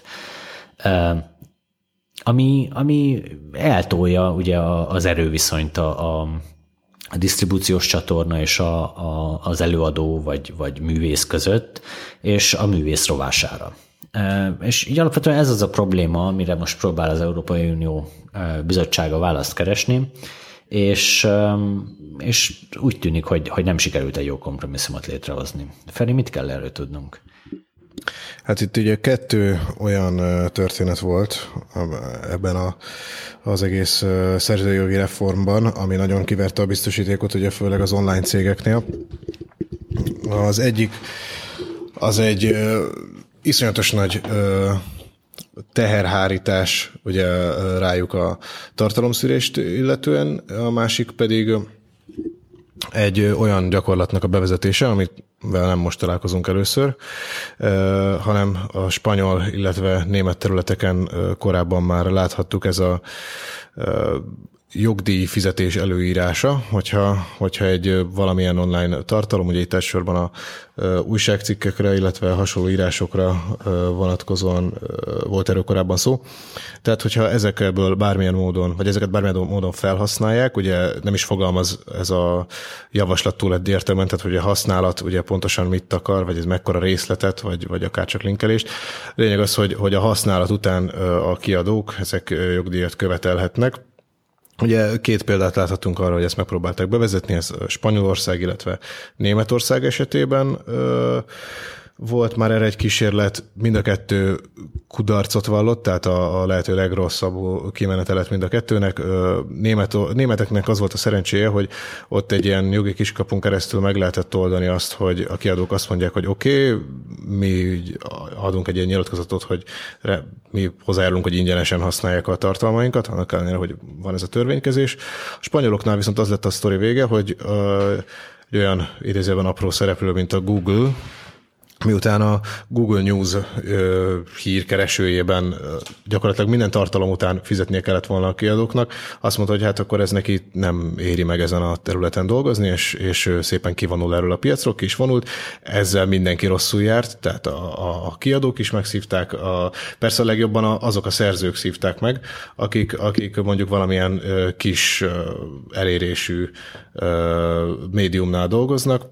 Ami, ami eltolja ugye az erőviszonyt a, a, a disztribúciós csatorna és a, a, az előadó vagy, vagy művész között, és a művész rovására. És így alapvetően ez az a probléma, amire most próbál az Európai Unió bizottsága választ keresni, és, és úgy tűnik, hogy, hogy nem sikerült egy jó kompromisszumot létrehozni. Feri, mit kell erről tudnunk? Hát itt ugye kettő olyan történet volt ebben a, az egész szerzőjogi reformban, ami nagyon kiverte a biztosítékot, ugye főleg az online cégeknél. Az egyik az egy ö, iszonyatos nagy ö, teherhárítás ugye rájuk a tartalomszűrést illetően, a másik pedig egy olyan gyakorlatnak a bevezetése, amivel nem most találkozunk először, hanem a spanyol, illetve német területeken korábban már láthattuk, ez a jogdíj fizetés előírása, hogyha, hogyha egy valamilyen online tartalom, ugye itt elsősorban a újságcikkekre, illetve hasonló írásokra vonatkozóan volt erről korábban szó. Tehát, hogyha ezekből bármilyen módon, vagy ezeket bármilyen módon felhasználják, ugye nem is fogalmaz ez a javaslat túl egyértelműen, tehát hogy a használat ugye pontosan mit akar, vagy ez mekkora részletet, vagy, vagy akár csak linkelést. Lényeg az, hogy, hogy a használat után a kiadók ezek jogdíjat követelhetnek. Ugye két példát láthatunk arra, hogy ezt megpróbálták bevezetni, ez Spanyolország, illetve Németország esetében volt már erre egy kísérlet, mind a kettő kudarcot vallott, tehát a, a lehető legrosszabb kimenetelet mind a kettőnek. Német, németeknek az volt a szerencséje, hogy ott egy ilyen jogi kiskapun keresztül meg lehetett oldani azt, hogy a kiadók azt mondják, hogy oké, okay, mi adunk egy ilyen nyilatkozatot, hogy mi hozzájárulunk, hogy ingyenesen használják a tartalmainkat, annak ellenére, hogy van ez a törvénykezés. A spanyoloknál viszont az lett a sztori vége, hogy egy olyan idézőben apró szereplő, mint a Google, miután a Google News ö, hírkeresőjében ö, gyakorlatilag minden tartalom után fizetnie kellett volna a kiadóknak, azt mondta, hogy hát akkor ez neki nem éri meg ezen a területen dolgozni, és, és szépen kivonul erről a piacról, ki is vonult. Ezzel mindenki rosszul járt, tehát a, a, a kiadók is megszívták, a, persze a legjobban a, azok a szerzők szívták meg, akik, akik mondjuk valamilyen ö, kis ö, elérésű ö, médiumnál dolgoznak,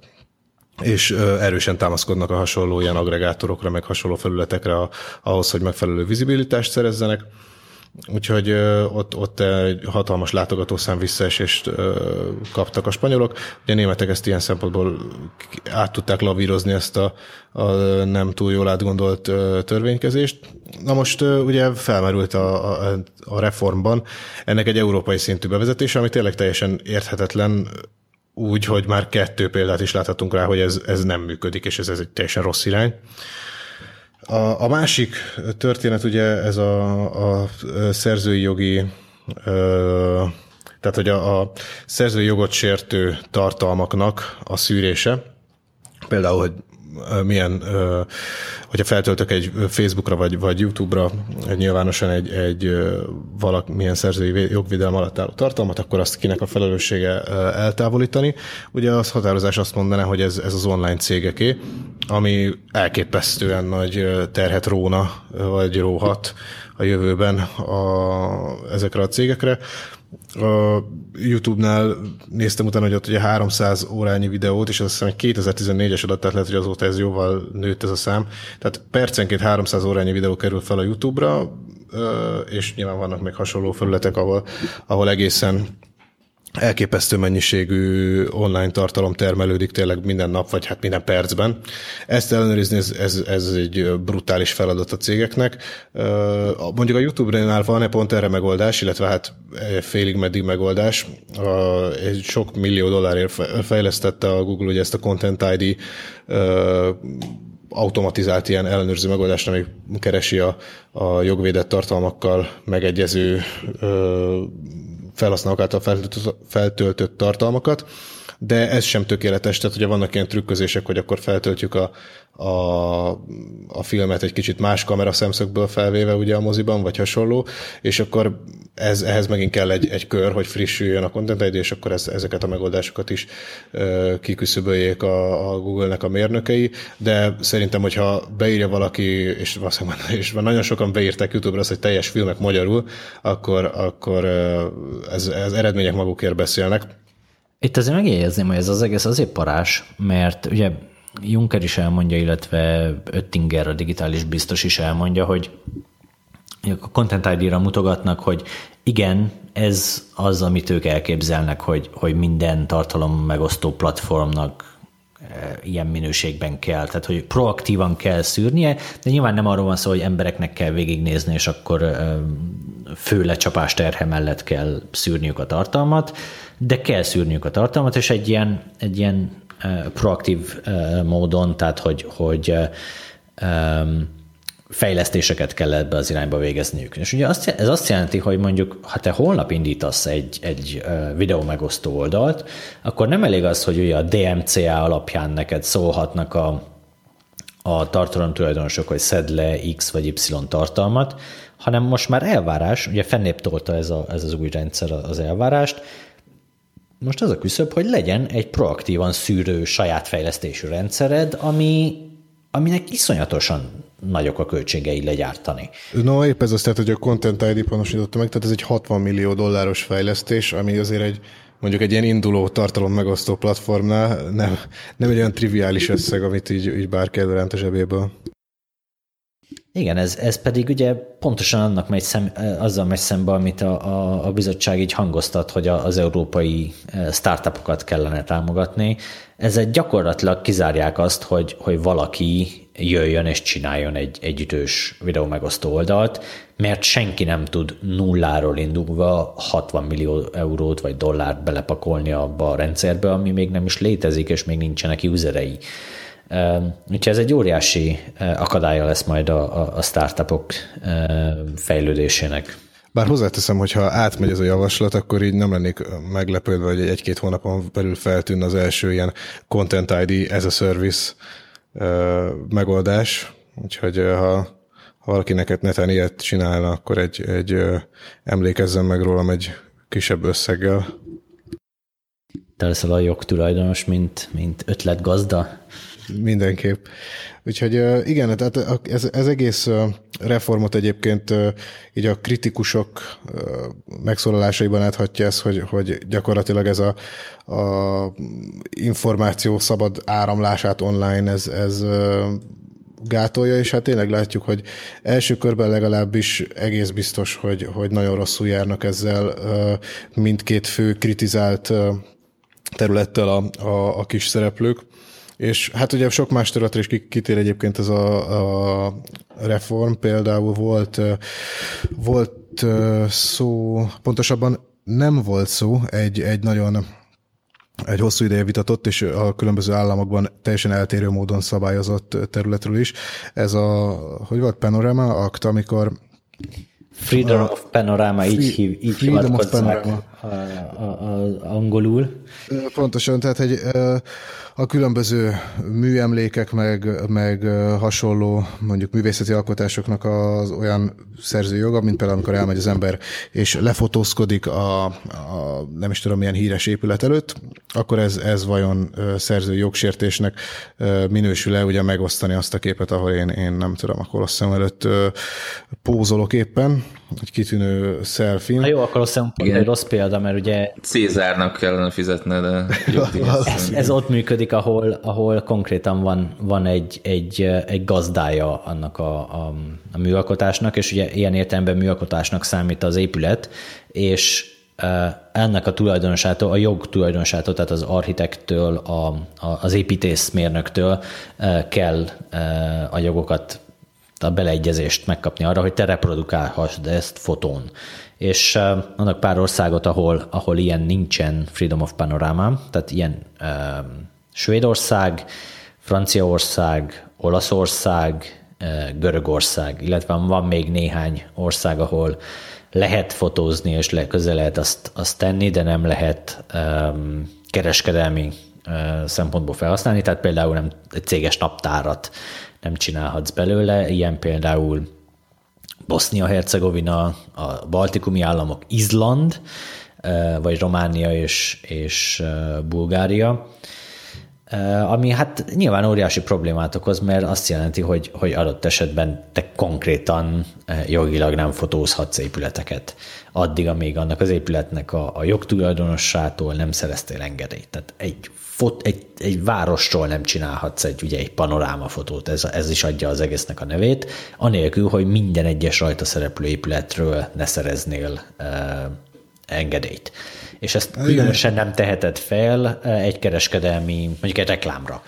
és erősen támaszkodnak a hasonló ilyen agregátorokra, meg hasonló felületekre ahhoz, hogy megfelelő vizibilitást szerezzenek. Úgyhogy ott, ott egy hatalmas látogatószám visszaesést kaptak a spanyolok. Ugye a németek ezt ilyen szempontból át tudták lavírozni, ezt a, a nem túl jól átgondolt törvénykezést. Na most ugye felmerült a, a, a reformban ennek egy európai szintű bevezetése, ami tényleg teljesen érthetetlen, úgy, hogy már kettő példát is láthatunk rá, hogy ez, ez nem működik, és ez, ez egy teljesen rossz irány. A, a másik történet ugye ez a, a szerzői jogi, ö, tehát hogy a, a szerzői jogot sértő tartalmaknak a szűrése. Például, hogy milyen, hogyha feltöltök egy Facebookra vagy, vagy YouTube-ra nyilvánosan egy, egy valamilyen szerzői jogvédelem alatt álló tartalmat, akkor azt kinek a felelőssége eltávolítani. Ugye az határozás azt mondaná, hogy ez, ez az online cégeké, ami elképesztően nagy terhet róna, vagy róhat a jövőben a, ezekre a cégekre. A YouTube-nál néztem utána, hogy ott ugye háromszáz órányi videót, és azt hiszem egy kétezer-tizennégyes adat, tehát lehet, hogy azóta ez jóval nőtt ez a szám. Tehát percenként háromszáz órányi videó kerül fel a YouTube-ra, és nyilván vannak még hasonló felületek, ahol, ahol egészen elképesztő mennyiségű online tartalom termelődik tényleg minden nap, vagy hát minden percben. Ezt ellenőrizni, ez, ez, ez egy brutális feladat a cégeknek. Mondjuk a YouTube-nál van-e pont erre megoldás, illetve hát félig meddig megoldás. Egy sok millió dollárért fejlesztette a Google ugye ezt a Content i dé automatizált ilyen ellenőrző megoldást, ami keresi a, a jogvédett tartalmakkal megegyező felhasználók által feltöltött, feltöltött tartalmakat, de ez sem tökéletes, tehát ugye vannak ilyen trükközések, hogy akkor feltöltjük a, a, a filmet egy kicsit más kamera szemszögből felvéve ugye a moziban, vagy hasonló, és akkor ez, ehhez megint kell egy, egy kör, hogy frissüljön a Content i dé, és akkor ez, ezeket a megoldásokat is uh, kiküszöböljék a, a Google-nek a mérnökei, de szerintem, hogyha beírja valaki, és, és nagyon sokan beírták YouTube-ra azt, hogy teljes filmek magyarul, akkor, akkor uh, ez, ez eredmények magukért beszélnek. Itt azért megjegyezném, hogy ez az egész azért parás, mert ugye Juncker is elmondja, illetve Oettinger, a digitális biztos is elmondja, hogy a Content i dé-ra mutogatnak, hogy igen, ez az, amit ők elképzelnek, hogy, hogy minden tartalom megosztó platformnak ilyen minőségben kell, tehát hogy proaktívan kell szűrnie, de nyilván nem arról van szó, hogy embereknek kell végignézni, és akkor főlecsapás terhe mellett kell szűrniük a tartalmat, de kell szűrniük a tartalmat, és egy ilyen, egy ilyen proaktív módon, tehát hogy, hogy fejlesztéseket kell ebbe az irányba végezniük. És ugye azt, ez azt jelenti, hogy mondjuk, ha te holnap indítasz egy, egy videó megosztó oldalt, akkor nem elég az, hogy ugye a dé em cé á alapján neked szólhatnak a, a tartalomtulajdonosok, hogy szedd le X vagy Y tartalmat, hanem most már elvárás, ugye fennébb tolta ez, a, ez az új rendszer az elvárást, most az a küszöb, hogy legyen egy proaktívan szűrő saját fejlesztésű rendszered, ami, aminek iszonyatosan nagyok a költségei legyártani. No, épp ez az, tehát, hogy a Content i dé panosította meg, tehát ez egy hatvan millió dolláros fejlesztés, ami azért egy, mondjuk egy ilyen induló tartalom megosztó platformnál nem, nem egy olyan triviális összeg, amit így, így bárki előránt a zsebéből. Igen, ez, ez pedig ugye pontosan annak megy szem, azzal megy szembe, amit a, a, a bizottság így hangoztat, hogy az európai startupokat kellene támogatni. Ezzel gyakorlatilag kizárják azt, hogy, hogy valaki jöjjön és csináljon egy, egy ütős videó megosztó oldalt, mert senki nem tud nulláról indulva hatvan millió eurót vagy dollárt belepakolni abba a rendszerbe, ami még nem is létezik, és még nincsenek userei. Úgyhogy ez egy óriási akadálya lesz majd a, a startupok fejlődésének. Bár hozzáteszem, hogy ha átmegy ez a javaslat, akkor így nem lennék meglepődve, hogy egy-két hónapon belül feltűnne az első ilyen Content i dé as a service megoldás. Úgyhogy ha, ha valaki neked netán ilyet csinálna, akkor egy, egy emlékezzen meg rólam egy kisebb összeggel. Te leszel a jogtulajdonos, mint, mint ötletgazda? Mindenképp. Úgyhogy igen, tehát ez, ez egész reformot egyébként így a kritikusok megszólalásaiban áthatja ez, hogy, hogy gyakorlatilag ez a, a információ szabad áramlását online, ez, ez gátolja, és hát tényleg látjuk, hogy első körben legalábbis egész biztos, hogy, hogy nagyon rosszul járnak ezzel mindkét fő kritizált területtel a, a, a kis szereplők. És hát ugye sok más területre is kitér egyébként ez a, a reform, például volt, volt szó, pontosabban nem volt szó egy, egy nagyon egy hosszú ideje vitatott, és a különböző államokban teljesen eltérő módon szabályozott területről is. Ez a, hogy volt, Panorama Act, amikor Freedom a, of Panorama, így, hív, így hivatkozzák angolul. Pontosan, tehát egy, a különböző műemlékek, meg, meg hasonló mondjuk művészeti alkotásoknak az olyan szerzőjoga, mint például amikor elmegy az ember és lefotózkodik a, a nem is tudom milyen híres épület előtt, akkor ez, ez vajon szerzői jogsértésnek minősül-e ugye megosztani azt a képet, ahol én, én nem tudom, a Kolosseum előtt pózolok éppen, egy kitűnő selfie. Ha jó, a Kolosseum egy rossz példa, mert ugye Cézárnak kellene fizetni, de ez, ez ott működik, ahol, ahol konkrétan van, van egy, egy, egy gazdája annak a, a, a műalkotásnak, és ugye ilyen értelemben műalkotásnak számít az épület, és ennek a tulajdonosától, a jog tulajdonosától, tehát az architekttől, a, a, az építészmérnöktől kell a jogokat, a beleegyezést megkapni arra, hogy te reprodukálhass ezt fotón. És vannak pár országot, ahol, ahol ilyen nincsen Freedom of Panorama, tehát ilyen uh, Svédország, Franciaország, Olaszország, uh, Görögország, illetve van még néhány ország, ahol lehet fotózni, és le, közel lehet azt, azt tenni, de nem lehet um, kereskedelmi uh, szempontból felhasználni, tehát például nem egy céges naptárat nem csinálhatsz belőle, ilyen például Bosznia-Hercegovina, a baltikumi államok, Izland, vagy Románia és, és Bulgária, ami hát nyilván óriási problémát okoz, mert azt jelenti, hogy, hogy adott esetben te konkrétan jogilag nem fotózhatsz épületeket, addig, amíg annak az épületnek a, a jogtulajdonossától nem szereztél engedélyt. Tehát egy, fot, egy, egy városról nem csinálhatsz egy, ugye egy panorámafotót, ez, ez is adja az egésznek a nevét, anélkül, hogy minden egyes rajta szereplő épületről ne szereznél engedélyt. És ezt különösen nem teheted fel egy kereskedelmi, mondjuk egy reklámra.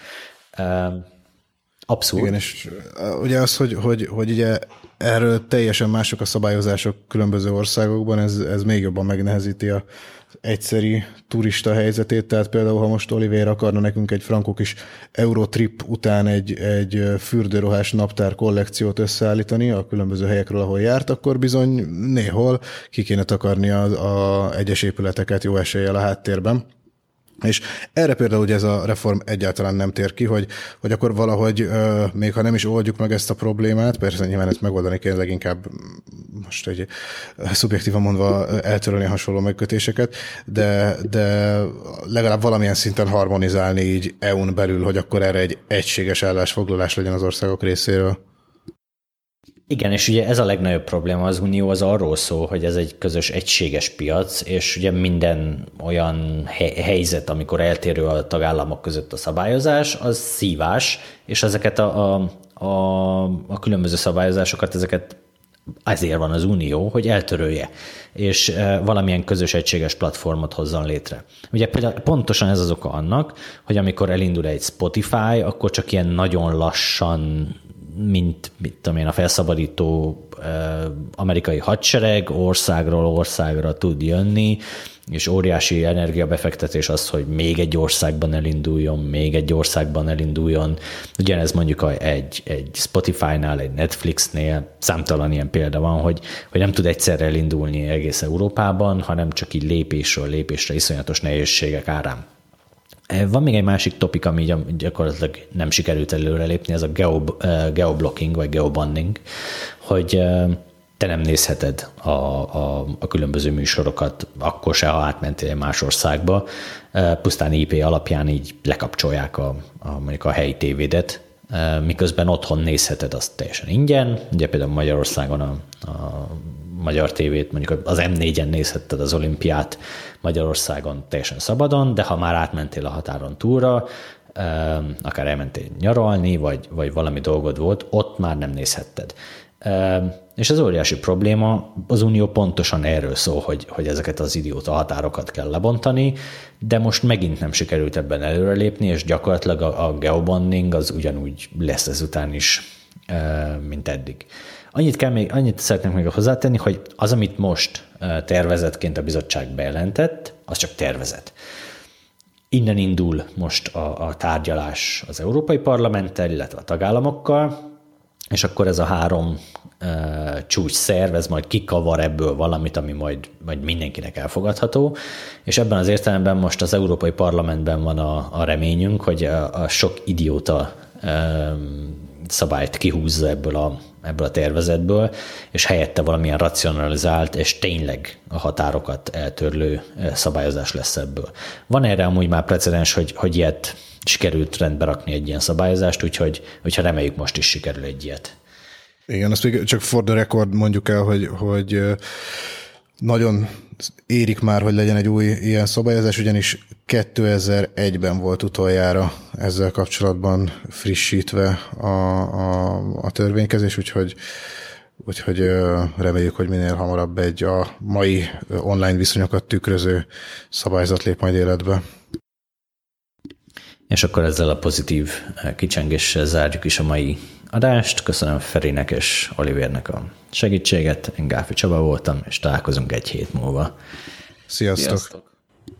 Abszurd. Igen, és ugye az, hogy, hogy, hogy ugye erről teljesen mások a szabályozások különböző országokban, ez, ez még jobban megnehezíti a egyszeri turista helyzetét, tehát például, ha most Oliver akarna nekünk egy frankó kis Eurotrip után egy, egy fürdőruhás naptár kollekciót összeállítani a különböző helyekről, ahol járt, akkor bizony néhol ki kéne takarni a, a egyes épületeket jó eséllyel a háttérben. És erre például ugye ez a reform egyáltalán nem tér ki, hogy, hogy akkor valahogy, euh, még ha nem is oldjuk meg ezt a problémát, persze nyilván ezt megoldani kell, leginkább most egy szubjektívan mondva eltörölni hasonló megkötéseket, de, de legalább valamilyen szinten harmonizálni így é u-n belül, hogy akkor erre egy egységes állásfoglalás legyen az országok részéről. Igen, és ugye ez a legnagyobb probléma, az Unió az arról szól, hogy ez egy közös egységes piac, és ugye minden olyan helyzet, amikor eltérő a tagállamok között a szabályozás, az szívás, és ezeket a, a, a, a különböző szabályozásokat, ezeket ezért van az Unió, hogy eltörölje, és valamilyen közös egységes platformot hozzon létre. Ugye például pontosan ez az oka annak, hogy amikor elindul egy Spotify, akkor csak ilyen nagyon lassan, mint mit tudom én, a felszabadító eh, amerikai hadsereg országról országra tud jönni, és óriási energiabefektetés az, hogy még egy országban elinduljon, még egy országban elinduljon. Ugyanez mondjuk a, egy, egy Spotify-nál, egy Netflixnél számtalan ilyen példa van, hogy, hogy nem tud egyszerre elindulni egész Európában, hanem csak így lépésről lépésre iszonyatos nehézségek árán. Van még egy másik topik, ami gyakorlatilag nem sikerült előrelépni, ez a geo, geoblocking, vagy geobanning, hogy te nem nézheted a, a, a különböző műsorokat, akkor se, ha átmentél egy más országba, pusztán I P alapján így lekapcsolják a, a, mondjuk a helyi tévédet, miközben otthon nézheted azt teljesen ingyen. Ugye például Magyarországon a, a magyar tévét, mondjuk az M négyen nézhetted az olimpiát Magyarországon teljesen szabadon, de ha már átmentél a határon túlra, akár elmentél nyaralni, vagy, vagy valami dolgod volt, ott már nem nézhetted. És az óriási probléma, az Unió pontosan erről szól, hogy, hogy ezeket az idióta határokat kell lebontani, de most megint nem sikerült ebben előrelépni, és gyakorlatilag a, a geobonding az ugyanúgy lesz ezután is, mint eddig. Annyit, kell még, annyit szeretnék még hozzátenni, hogy az, amit most tervezetként a bizottság bejelentett, az csak tervezet. Innen indul most a, a tárgyalás az Európai Parlamenttel, illetve a tagállamokkal, és akkor ez a három uh, csúcs szerv, ez majd kikavar ebből valamit, ami majd, majd mindenkinek elfogadható, és ebben az értelemben most az Európai Parlamentben van a, a reményünk, hogy a, a sok idióta um, szabályt kihúzza ebből a, ebből a tervezetből, és helyette valamilyen racionalizált és tényleg a határokat eltörlő szabályozás lesz ebből. Van erre amúgy már precedens, hogy, hogy ilyet sikerült rendbe rakni egy ilyen szabályozást, úgyhogy hogyha reméljük most is sikerül egy ilyet. Igen, azt még csak for the record mondjuk el, hogy, hogy nagyon érik már, hogy legyen egy új ilyen szabályozás, ugyanis kétezer-egyben volt utoljára ezzel kapcsolatban frissítve a, a, a törvénykezés, úgyhogy, úgyhogy reméljük, hogy minél hamarabb egy a mai online viszonyokat tükröző szabályzat lép majd életbe. És akkor ezzel a pozitív kicsengéssel zárjuk is a mai adást. Köszönöm Ferinek és Olivernek a segítséget. Én Gáfi Csaba voltam, és találkozunk egy hét múlva. Sziasztok! Sziasztok.